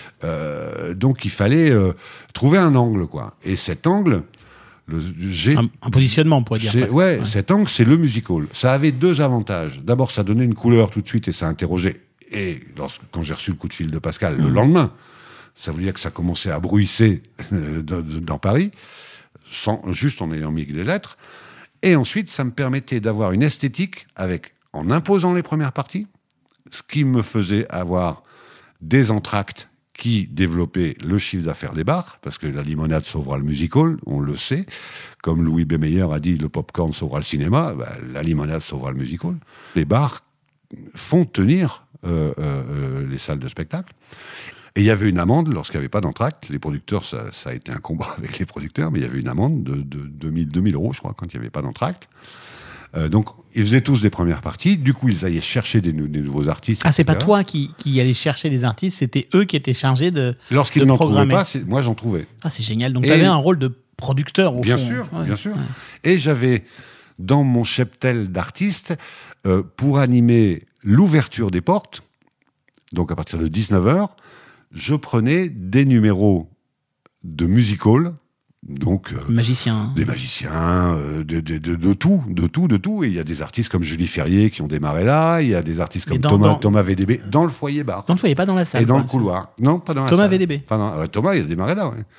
Euh, donc il fallait euh, trouver un angle, quoi. Et cet angle, le, j'ai, un, un positionnement, on pourrait dire. Ouais, ouais, cet angle, c'est le music hall. Ça avait deux avantages. D'abord, ça donnait une couleur tout de suite et ça interrogeait. Et lorsque, quand j'ai reçu le coup de fil de Pascal, mmh. le lendemain, ça voulait dire que ça commençait à bruisser euh, dans, dans Paris, sans, juste en ayant mis les lettres. Et ensuite, ça me permettait d'avoir une esthétique avec, en imposant les premières parties, ce qui me faisait avoir des entr'actes qui développait le chiffre d'affaires des bars, parce que la limonade sauvera le music hall, on le sait. Comme Louis B. Meyer a dit, le popcorn sauvera le cinéma, bah, la limonade sauvera le music hall. Les bars font tenir euh, euh, les salles de spectacle. Et il y avait une amende lorsqu'il n'y avait pas d'entracte. Les producteurs, ça, ça a été un combat avec les producteurs, mais il y avait une amende de, de, de deux mille euros, je crois, quand il n'y avait pas d'entracte. Euh, donc, ils faisaient tous des premières parties. Du coup, ils allaient chercher des, des nouveaux artistes. Ah, c'est et cetera. pas toi qui, qui allais chercher les artistes, c'était eux qui étaient chargés de Lorsqu'ils de n'en programmer. trouvaient pas, c'est, moi, j'en trouvais. Ah, c'est génial. Donc, Et tu avais un rôle de producteur au bien fond. sûr, Ouais. bien sûr. Ouais. Et j'avais dans mon cheptel d'artistes euh, pour animer l'ouverture des portes. Donc à partir de dix-neuf heures, je prenais des numéros de music hall, donc euh, Magicien. des magiciens, euh, de, de, de, de tout, de tout, de tout. Et il y a des artistes comme Julie Ferrier qui ont démarré là, il y a des artistes comme dans- Thomas, dans- Thomas V D B dans le foyer bar. Dans le foyer, pas dans la salle. Et dans quoi. le couloir. Non, pas dans la Thomas salle. V D B. Pas dans- ouais, Thomas, il a démarré là, ouais.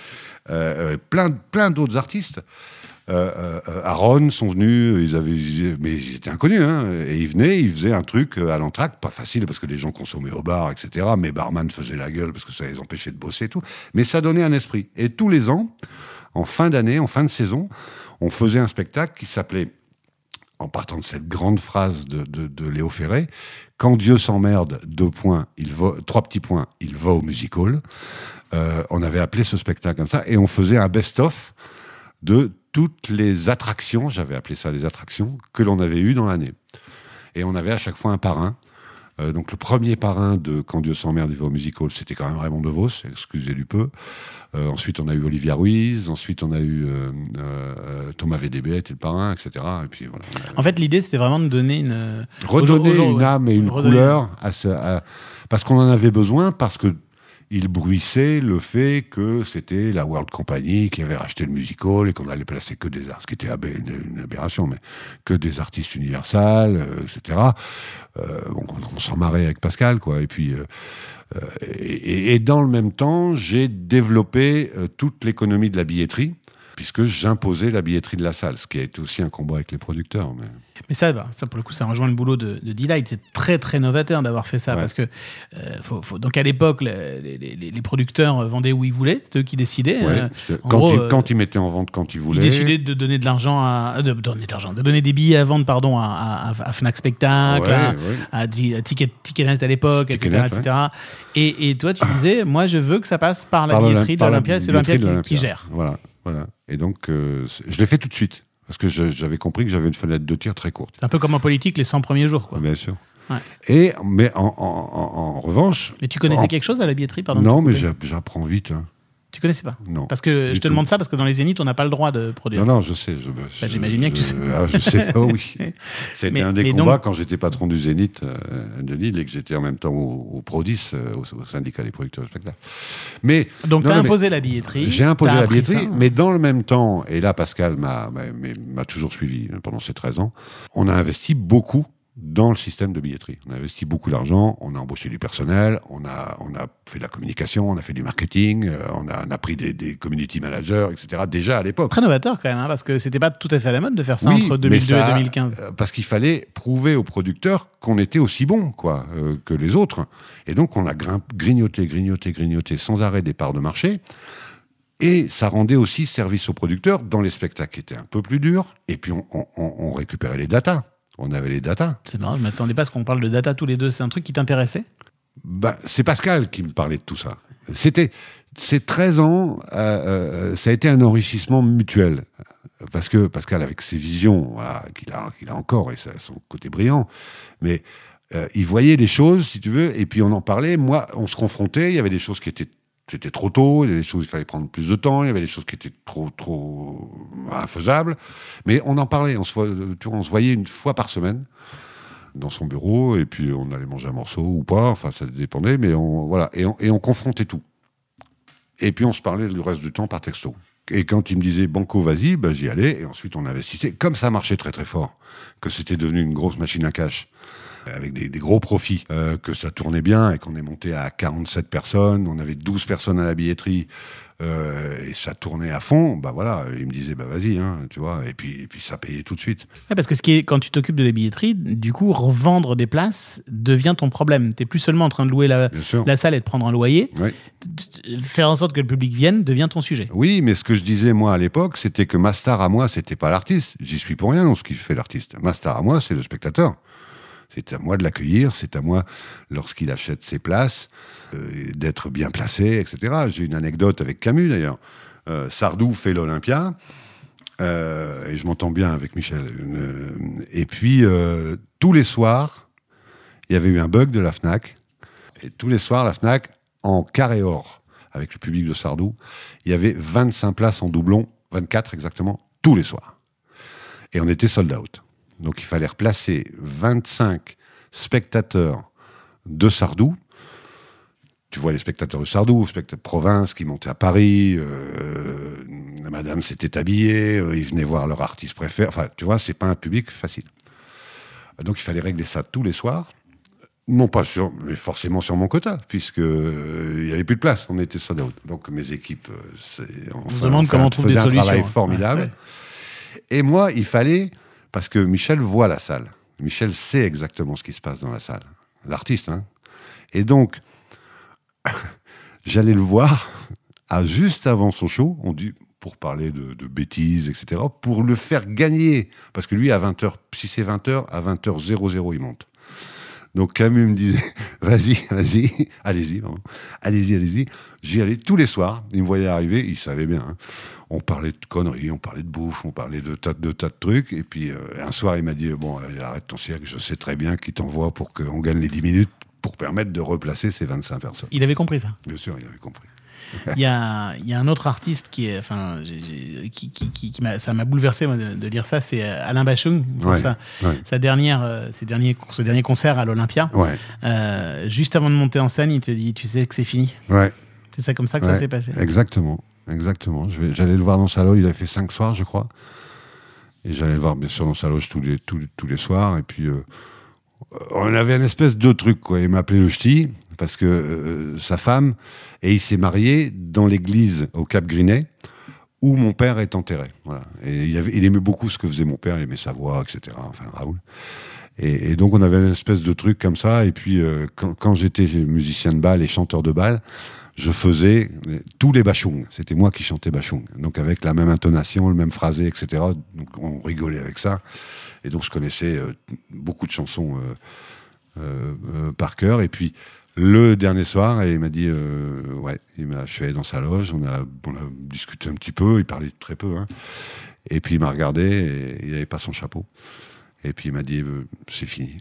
Euh, euh, plein, plein d'autres artistes. Euh, euh, Aaron sont venus, ils avaient, ils- mais ils étaient inconnus, hein, et ils venaient, ils faisaient un truc à l'entracte, pas facile parce que les gens consommaient au bar, et cetera. Mais barman faisait la gueule parce que ça les empêchait de bosser et tout. Mais ça donnait un esprit. Et tous les ans, en fin d'année, en fin de saison, on faisait un spectacle qui s'appelait, en partant de cette grande phrase de, de, de Léo Ferré, quand Dieu s'emmerde, deux points, il va, trois petits points, il va au music hall. Euh, on avait appelé ce spectacle comme ça, et on faisait un best-of de toutes les attractions, j'avais appelé ça les attractions, que l'on avait eues dans l'année. Et on avait à chaque fois un parrain. Euh, donc le premier parrain de Quand Dieu s'emmerde, il va au music hall, c'était quand même Raymond DeVos, excusez du peu. Euh, ensuite, on a eu Olivia Ruiz, ensuite on a eu euh, euh, Thomas V D B était le parrain, et cetera. Et puis voilà. En fait, l'idée, c'était vraiment de donner une... Redonner Aujourd'hui, une ouais. âme et une Redonner- couleur à ce, à- parce qu'on en avait besoin, parce que il bruissait le fait que c'était la World Company qui avait racheté le music hall et qu'on allait placer que des artistes, ce qui était ab- une, une aberration, mais que des artistes Universal, euh, et cetera. Euh, bon, on, on s'en marrait avec Pascal, quoi. Et puis, euh, euh, et, et dans le même temps, j'ai développé euh, toute l'économie de la billetterie, puisque j'imposais la billetterie de la salle, ce qui a été aussi un combat avec les producteurs. Mais... Mais ça, bah, ça, pour le coup, ça rejoint le boulot de, de Delight. C'est très, très novateur d'avoir fait ça. Ouais. Parce que, euh, faut, faut- donc à l'époque, les, les- les- les producteurs vendaient où ils voulaient. C'était eux qui décidaient. Ouais, Euh, c'était- en quand, gros, ils, euh, quand ils mettaient en vente quand ils ils voulaient. décidaient de donner de l'argent à, de donner de l'argent, de donner des billets à vendre, pardon, à, à- à Fnac Spectacle, Ouais, à, ouais. à, Di- à Ticket, Ticketnet à l'époque, et cetera, Ticketnet, et cetera. Et, et toi, tu disais, moi, je veux que ça passe par la Par billetterie l'Olymp- de par la l'Olympia. C'est l'Olympia billetterie de qui, qui l'Olympia. gère. Voilà, voilà. Et donc, euh, c'est- je l'ai fait tout de suite. Parce que je- j'avais compris que j'avais une fenêtre de tir très courte. C'est un peu comme en politique, les cent premiers jours, quoi. Bien sûr. Ouais. Et, mais en, en- en- en revanche. Mais tu connaissais en- quelque chose à la billetterie, pardon? Non, de mais te couper j'a- j'apprends vite. hein. Tu connaissais pas? Non. Parce que Du je te tout. demande ça parce que dans les Zéniths, on n'a pas le droit de produire. Non, non, je sais. Je, je- j'imagine bien que tu je- sais. ah, je sais. Oh oui. C'était Mais- un des mais combats donc- quand j'étais patron du Zénith euh, de Lille et que j'étais en même temps au, au Prodis, euh, au, au syndicat des producteurs de spectacles. Mais Donc, non, tu as non, mais- imposé la billetterie. J'ai imposé t'as la appris billetterie, ça. mais dans le même temps, et là Pascal m'a, m'a, m'a toujours suivi pendant ces treize ans, on a investi beaucoup dans le système de billetterie. On a investi beaucoup d'argent, on a embauché du personnel, on a, on a fait de la communication, on a fait du marketing, euh, on, a, on a pris des, des community managers, et cetera, déjà à l'époque. Très novateur quand même, hein, parce que c'était pas tout à fait à la mode de faire ça Oui, entre mais deux mille deux ça- et deux mille quinze. euh, Parce qu'il fallait prouver aux producteurs qu'on était aussi bons quoi, euh, que les autres. Et donc on a grim- grignoté, grignoté, grignoté sans arrêt des parts de marché. Et ça rendait aussi service aux producteurs dans les spectacles qui étaient un peu plus durs. Et puis on, on- on- on récupérait les datas. On avait les datas. C'est marrant, je m'attendais pas à ce qu'on parle de data tous les deux. C'est un truc qui t'intéressait? Ben, c'est Pascal qui me parlait de tout ça. C'était ces treize ans, euh, euh, ça a été un enrichissement mutuel. Parce que Pascal, avec ses visions, voilà, qu'il a, qu'il a encore, et ça, son côté brillant, mais euh, il voyait des choses, si tu veux, et puis on en parlait. Moi, on se confrontait, il y avait des choses qui étaient c'était trop tôt, il y avait des choses il fallait prendre plus de temps, il y avait des choses qui étaient trop trop infaisables, mais on en parlait, on se, voit, tu vois, on se voyait une fois par semaine dans son bureau, et puis on allait manger un morceau ou pas, enfin ça dépendait, mais on, voilà, et on, et on confrontait tout. Et puis on se parlait le reste du temps par texto. Et quand il me disait banco, vas-y, ben j'y allais, et ensuite on investissait. Comme ça marchait très très fort, que c'était devenu une grosse machine à cash, avec des, des gros profits, euh, que ça tournait bien, et qu'on est monté à quarante-sept personnes, on avait douze personnes à la billetterie, euh, et ça tournait à fond, bah voilà, il me disait, bah vas-y, hein, tu vois, et puis, et puis ça payait tout de suite. Ouais, parce que ce qui est, quand tu t'occupes de la billetterie, du coup, revendre des places devient ton problème. Tu n'es plus seulement en train de louer la, Bien sûr. la salle et de prendre un loyer. Oui. Faire en sorte que le public vienne devient ton sujet. Oui, mais ce que je disais, moi, à l'époque, c'était que ma star à moi, c'était pas l'artiste. J'y suis pour rien dans ce qui fait l'artiste. Ma star à moi, c'est le spectateur. C'est à moi de l'accueillir, c'est à moi, lorsqu'il achète ses places, euh, d'être bien placé, et cetera. J'ai une anecdote avec Camus, d'ailleurs. Euh, Sardou fait l'Olympia, euh, et je m'entends bien avec Michel. Euh, et puis, euh, tous les soirs, il y avait eu un bug de la Fnac, et tous les soirs, la Fnac, en carré or, avec le public de Sardou, il y avait vingt-cinq places en doublon vingt-quatre exactement, tous les soirs. Et on était sold out. Donc il fallait replacer vingt-cinq spectateurs de Sardou. Tu vois les spectateurs de Sardou, spectateurs de province qui montaient à Paris, euh, la madame s'était habillée, euh, ils venaient voir leur artiste préféré. Enfin, tu vois, c'est pas un public facile. Donc il fallait régler ça tous les soirs. Non pas sur, mais forcément sur mon quota, puisque euh, il y avait plus de place. On était sold out. Donc mes équipes, euh, c'est, on se demande comment on trouve des solutions. Un travail formidable. Ouais, ouais. Et moi, il fallait, parce que Michel voit la salle. Michel sait exactement ce qui se passe dans la salle. L'artiste, hein. Et donc, j'allais le voir à, juste avant son show, on dit, pour parler de, de bêtises, et cetera, pour le faire gagner. Parce que lui, à vingt heures, si c'est vingt heures, à vingt heures zéro zéro, il monte. Donc Camus me disait, vas-y, vas-y, allez-y, pardon. allez-y, allez-y. J'y allais tous les soirs, il me voyait arriver, il savait bien. Hein. On parlait de conneries, on parlait de bouffe, on parlait de tas de, tas de trucs. Et puis euh, un soir, il m'a dit, bon, arrête ton cirque, je sais très bien qui t'envoie pour qu'on gagne les dix minutes pour permettre de replacer ces vingt-cinq personnes. Il avait compris ça. Bien sûr, il avait compris. Il y a, il y a un autre artiste qui est, enfin, j'ai, j'ai, qui, qui, qui, qui m'a, ça m'a bouleversé moi, de, de dire ça, c'est Alain Bachung. Ouais, sa, ouais. sa dernière, euh, ses derniers, ce dernier concert à l'Olympia. Ouais. Euh, juste avant de monter en scène, il te dit, tu sais que c'est fini. Ouais. C'est ça comme ça que ouais. ça s'est passé. Exactement, exactement. Je vais, j'allais le voir dans sa loge. Il a fait cinq soirs, je crois. Et j'allais le voir bien sûr dans sa loge tous les tous, tous les soirs. Et puis euh, on avait une espèce de truc, quoi. Il m'appelait le ch'ti parce que euh, sa femme, et il s'est marié dans l'église au Cap Grinet où mon père est enterré. Voilà. Et il, avait, il aimait beaucoup ce que faisait mon père, il aimait sa voix, et cetera. Enfin, Raoul. Et, et donc on avait une espèce de truc comme ça. Et puis euh, quand, quand j'étais musicien de bal et chanteur de bal, je faisais tous les Bachung. C'était moi qui chantais Bachung. Donc avec la même intonation, le même phrasé, et cetera. Donc on rigolait avec ça. Et donc je connaissais euh, beaucoup de chansons euh, euh, euh, par cœur. Et puis le dernier soir, et il m'a dit, euh, ouais, il m'a, je suis allé dans sa loge, on a, on a discuté un petit peu, il parlait très peu, hein. Et puis il m'a regardé, et il n'avait pas son chapeau. Et puis il m'a dit, euh, c'est fini.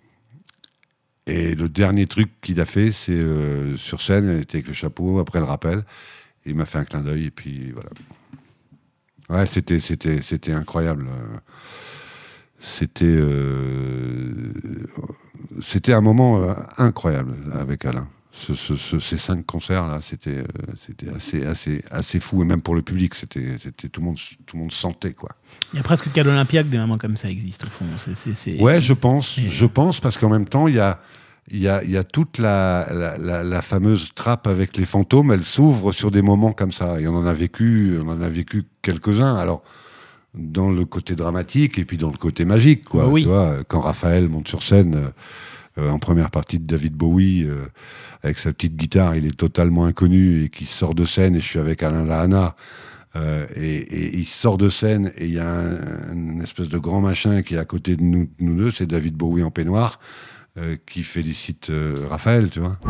Et le dernier truc qu'il a fait, c'est euh, sur scène, il était avec le chapeau, après le rappel, et il m'a fait un clin d'œil, et puis voilà. Ouais, c'était, c'était, c'était incroyable. C'était, euh, c'était un moment euh, incroyable avec Alain. Ce, ce, ce, ces cinq concerts-là, c'était, euh, c'était assez, assez, assez fou, et même pour le public, c'était, c'était tout le monde, tout le monde sentait, quoi. Il y a presque qu'à l'Olympia que des moments comme ça existent, au fond. C'est, c'est, c'est... Ouais, je pense, Et... je pense, parce qu'en même temps, il y a, il y a, il y a toute la, la, la, la fameuse trappe avec les fantômes. Elle s'ouvre sur des moments comme ça, et on en a vécu, on en a vécu quelques-uns. Alors, dans le côté dramatique et puis dans le côté magique, quoi. Bah oui. Tu vois, quand Raphaël monte sur scène euh, en première partie de David Bowie euh, avec sa petite guitare, il est totalement inconnu et qui sort de scène, et je suis avec Alain Lahana euh, et, et il sort de scène et il y a un, une espèce de grand machin qui est à côté de nous, nous deux, c'est David Bowie en peignoir euh, qui félicite euh, Raphaël, tu vois.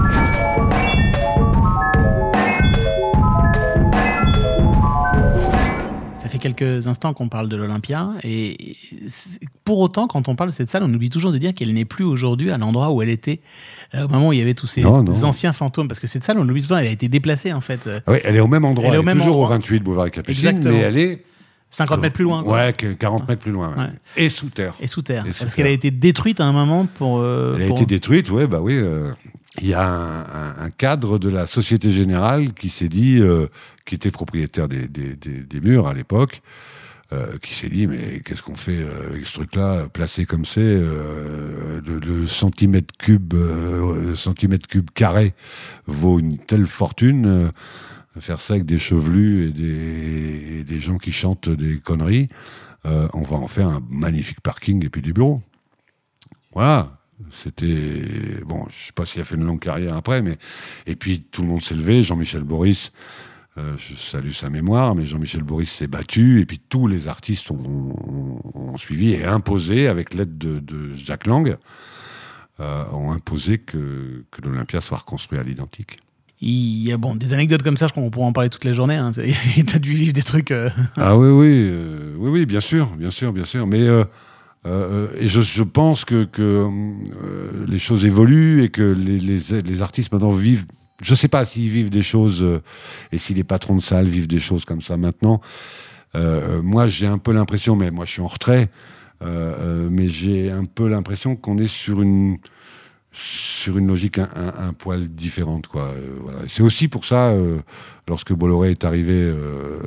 Ça fait quelques instants qu'on parle de l'Olympia, et pour autant, quand on parle de cette salle, on oublie toujours de dire qu'elle n'est plus aujourd'hui à l'endroit où elle était euh, au moment où il y avait tous ces non, non. anciens fantômes, parce que cette salle, on l'oublie tout le temps, elle a été déplacée en fait. Oui, elle est au même endroit, elle est, elle est au même toujours endroit. au vingt-huit boulevard des Capucines, Exactement. mais elle est cinquante mètres plus loin. Quoi. Ouais, quarante mètres plus loin. Ouais. Ouais. Et sous terre. Et sous terre. Et sous parce terre. qu'elle a été détruite à un moment pour. Euh, Elle a pour... été détruite, ouais, bah oui. Euh, il y a un, un, un cadre de la Société Générale qui s'est dit, euh, qui était propriétaire des, des, des, des murs à l'époque, euh, qui s'est dit, mais qu'est-ce qu'on fait euh, avec ce truc-là, placé comme c'est, euh, le, le centimètre cube, euh, centimètre cube carré vaut une telle fortune. Euh, faire ça avec des chevelus et des, et des gens qui chantent des conneries, euh, on va en faire un magnifique parking et puis des bureaux. Voilà. C'était... Bon, je ne sais pas s'il a fait une longue carrière après, mais... Et puis, tout le monde s'est levé. Jean-Michel Boris, euh, je salue sa mémoire, mais Jean-Michel Boris s'est battu, et puis tous les artistes ont, ont, ont suivi et imposé, avec l'aide de, de Jacques Lang, euh, ont imposé que, que l'Olympia soit reconstruit à l'identique. Il y a bon, des anecdotes comme ça, je crois qu'on pourrait en parler toute la journée. Hein. T'as dû vivre des trucs... Euh... Ah oui, oui, euh, oui, oui, bien sûr, bien sûr, bien sûr. Mais... Euh, Euh, et je, je pense que, que euh, les choses évoluent et que les, les, les artistes maintenant vivent. Je ne sais pas s'ils vivent des choses euh, et si les patrons de salles vivent des choses comme ça maintenant. Euh, moi, j'ai un peu l'impression, mais moi, je suis en retrait, euh, euh, mais j'ai un peu l'impression qu'on est sur une sur une logique un, un, un poil différente, quoi. Euh, voilà. C'est aussi pour ça, euh, lorsque Bolloré est arrivé euh,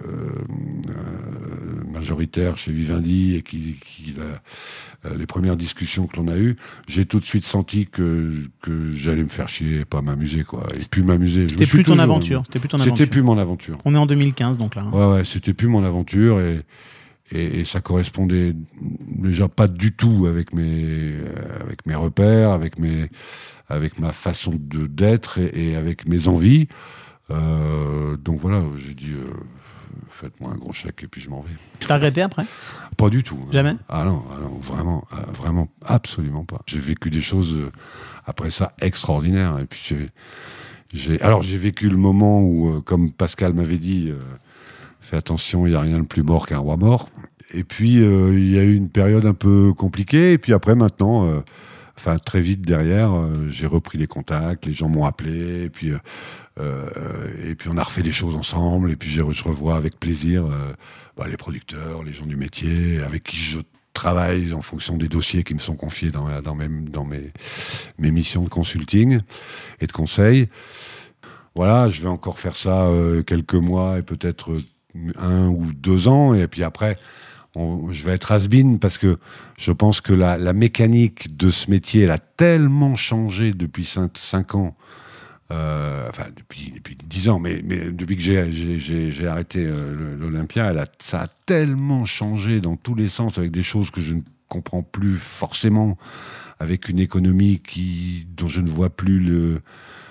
euh, majoritaire chez Vivendi et qu'il, qu'il a, euh, les premières discussions que l'on a eues, j'ai tout de suite senti que, que j'allais me faire chier et pas m'amuser, quoi. Et puis m'amuser. C'était plus ton aventure. C'était plus ton aventure. C'était plus mon aventure. On est en deux mille quinze, donc là. Hein. Ouais, ouais, c'était plus mon aventure et Et, et ça correspondait déjà pas du tout avec mes, euh, avec mes repères, avec, mes, avec ma façon de, d'être et, et avec mes envies. Euh, donc voilà, j'ai dit, euh, faites-moi un gros chèque et puis je m'en vais. T'as regretté après ? Pas du tout. Jamais ? Ah non, ah non, vraiment, vraiment, absolument pas. J'ai vécu des choses, euh, après ça, extraordinaires. Et puis j'ai, j'ai... Alors j'ai vécu le moment où, euh, comme Pascal m'avait dit... Euh, fais attention, il n'y a rien de plus mort qu'un roi mort. Et puis, euh, il y a eu une période un peu compliquée. Et puis après, maintenant, euh, enfin, très vite derrière, euh, j'ai repris les contacts, les gens m'ont appelé. Et puis, euh, euh, et puis on a refait des choses ensemble. Et puis, je, je revois avec plaisir euh, bah, les producteurs, les gens du métier, avec qui je travaille en fonction des dossiers qui me sont confiés dans, dans, mes, dans mes, mes missions de consulting et de conseil. Voilà, je vais encore faire ça euh, quelques mois et peut-être... Euh, un ou deux ans, et puis après, on, je vais être has-been parce que je pense que la, la mécanique de ce métier, elle a tellement changé depuis cinq ans, euh, enfin, depuis, depuis dix ans, mais, mais depuis que j'ai, j'ai, j'ai, j'ai arrêté euh, l'Olympia, elle a, ça a tellement changé dans tous les sens, avec des choses que je ne comprends plus forcément, avec une économie qui, dont je ne vois plus le...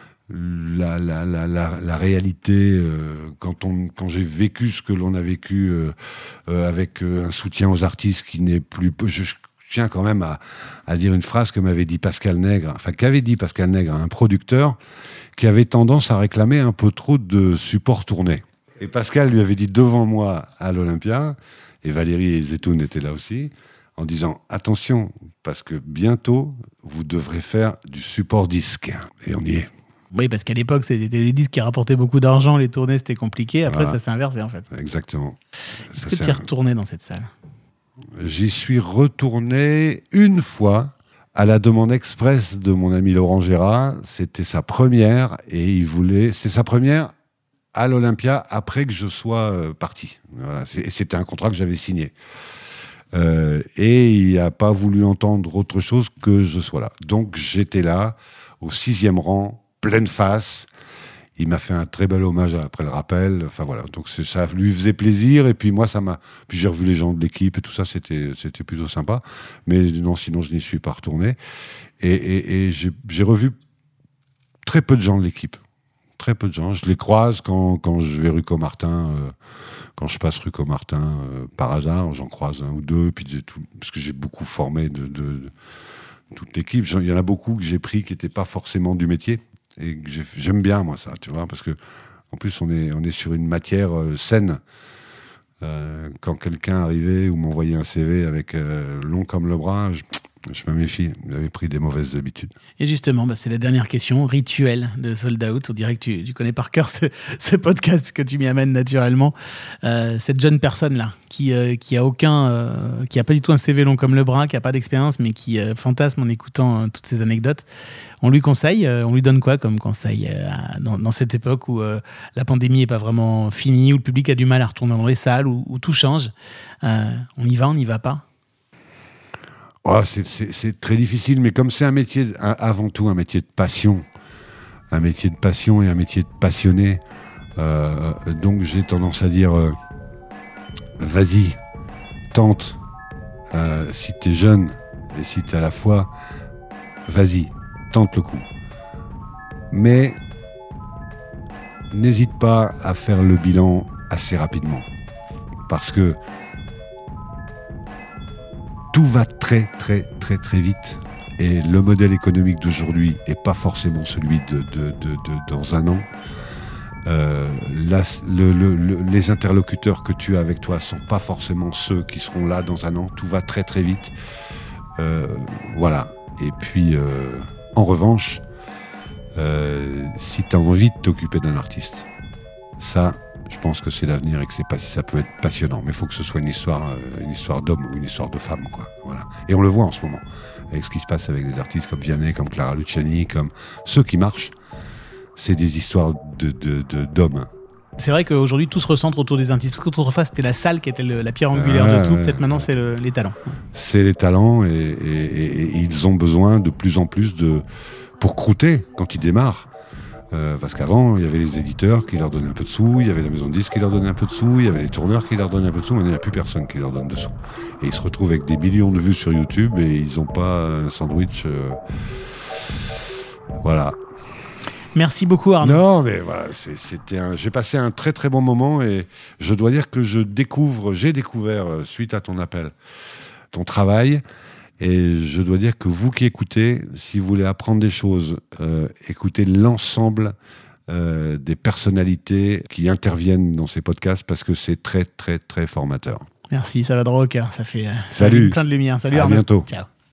La, la, la, la, la réalité, euh, quand, on, quand j'ai vécu ce que l'on a vécu euh, euh, avec euh, un soutien aux artistes qui n'est plus... Je, je tiens quand même à, à dire une phrase que m'avait dit Pascal Nègre, enfin qu'avait dit Pascal Nègre à un producteur qui avait tendance à réclamer un peu trop de support tourné. Et Pascal lui avait dit devant moi à l'Olympia, et Valérie et Zetoun étaient là aussi, en disant « Attention, parce que bientôt, vous devrez faire du support disque. » Et on y est. Oui, parce qu'à l'époque, c'était les disques qui rapportaient beaucoup d'argent, les tournées, c'était compliqué. Après, voilà. Ça s'est inversé, en fait. Exactement. Est-ce ça, que tu es retourné dans cette salle ? J'y suis retourné une fois, à la demande express de mon ami Laurent Gérard. C'était sa première, et il voulait... C'est sa première à l'Olympia, après que je sois euh, parti. Voilà. C'était un contrat que j'avais signé. Euh, et il n'a pas voulu entendre autre chose que je sois là. Donc, j'étais là, au sixième rang, pleine face. Il m'a fait un très bel hommage après le rappel. Enfin voilà, donc c'est, ça lui faisait plaisir. Et puis moi, ça m'a. Puis j'ai revu les gens de l'équipe et tout ça, c'était, c'était plutôt sympa. Mais non, sinon, je n'y suis pas retourné. Et, et, et j'ai, j'ai revu très peu de gens de l'équipe. Très peu de gens. Je les croise quand, quand je vais rue Caumartin. Euh, quand je passe rue Caumartin, euh, par hasard, j'en croise un ou deux. Puis tout, parce que j'ai beaucoup formé de, de, de toute l'équipe. Il y en a beaucoup que j'ai pris qui n'étaient pas forcément du métier. Et que j'ai, j'aime bien, moi, ça, tu vois, parce que, en plus, on est, on est sur une matière euh, saine. Euh, quand quelqu'un arrivait ou m'envoyait un C V avec euh, long comme le bras, je, je me méfie. J'avais pris des mauvaises habitudes. Et justement, bah, c'est la dernière question, rituel de Sold Out. On dirait que tu, tu connais par cœur ce, ce podcast, parce que tu m'y amènes naturellement. Euh, cette jeune personne-là, qui, euh, qui a aucun, euh, qui a pas du tout un C V long comme le bras, qui a pas d'expérience, mais qui euh, fantasme en écoutant euh, toutes ces anecdotes. On lui conseille, euh, on lui donne quoi comme conseil euh, dans, dans cette époque où euh, la pandémie est pas vraiment finie, où le public a du mal à retourner dans les salles, où, où tout change. Euh, on y va, on n'y va pas? Oh, c'est, c'est, c'est très difficile, mais comme c'est un métier, un, avant tout un métier de passion, un métier de passion et un métier de passionné, euh, donc j'ai tendance à dire, euh, vas-y, tente, euh, si t'es jeune et si t'es à la fois, vas-y, tente le coup. Mais n'hésite pas à faire le bilan assez rapidement, parce que tout va très, très, très, très vite. Et le modèle économique d'aujourd'hui n'est pas forcément celui de, de, de, de dans un an. Euh, la, le, le, le, les interlocuteurs que tu as avec toi ne sont pas forcément ceux qui seront là dans un an. Tout va très, très vite. Euh, voilà. Et puis, euh, en revanche, euh, si tu as envie de t'occuper d'un artiste, ça, Je pense que c'est l'avenir et que c'est pas, ça peut être passionnant. Mais il faut que ce soit une histoire, euh, une histoire d'homme ou une histoire de femme, quoi. Voilà. Et on le voit en ce moment, avec ce qui se passe avec des artistes comme Vianney, comme Clara Luciani, comme ceux qui marchent. C'est des histoires de, de, de, d'hommes. C'est vrai qu'aujourd'hui, tout se recentre autour des artistes. Parce qu'autrefois, c'était la salle qui était le, la pierre angulaire ah, de tout. Peut-être maintenant, c'est le, les talents. C'est les talents et, et, et, et ils ont besoin de plus en plus de... pour croûter quand ils démarrent. Euh, parce qu'avant, il y avait les éditeurs qui leur donnaient un peu de sous, il y avait la maison de disques qui leur donnait un peu de sous, il y avait les tourneurs qui leur donnaient un peu de sous, mais il n'y a plus personne qui leur donne de sous. Et ils se retrouvent avec des millions de vues sur YouTube et ils n'ont pas un sandwich. Euh... Voilà. Merci beaucoup Arnaud. Non, mais voilà, c'est, c'était un... j'ai passé un très très bon moment et je dois dire que je découvre, j'ai découvert, suite à ton appel, ton travail. Et je dois dire que vous qui écoutez, si vous voulez apprendre des choses, euh, écoutez l'ensemble euh, des personnalités qui interviennent dans ces podcasts parce que c'est très, très, très formateur. Merci, ça va droit au cœur. Ça fait, Salut. Ça fait plein de lumière. Salut à Arnaud. Bientôt. Ciao.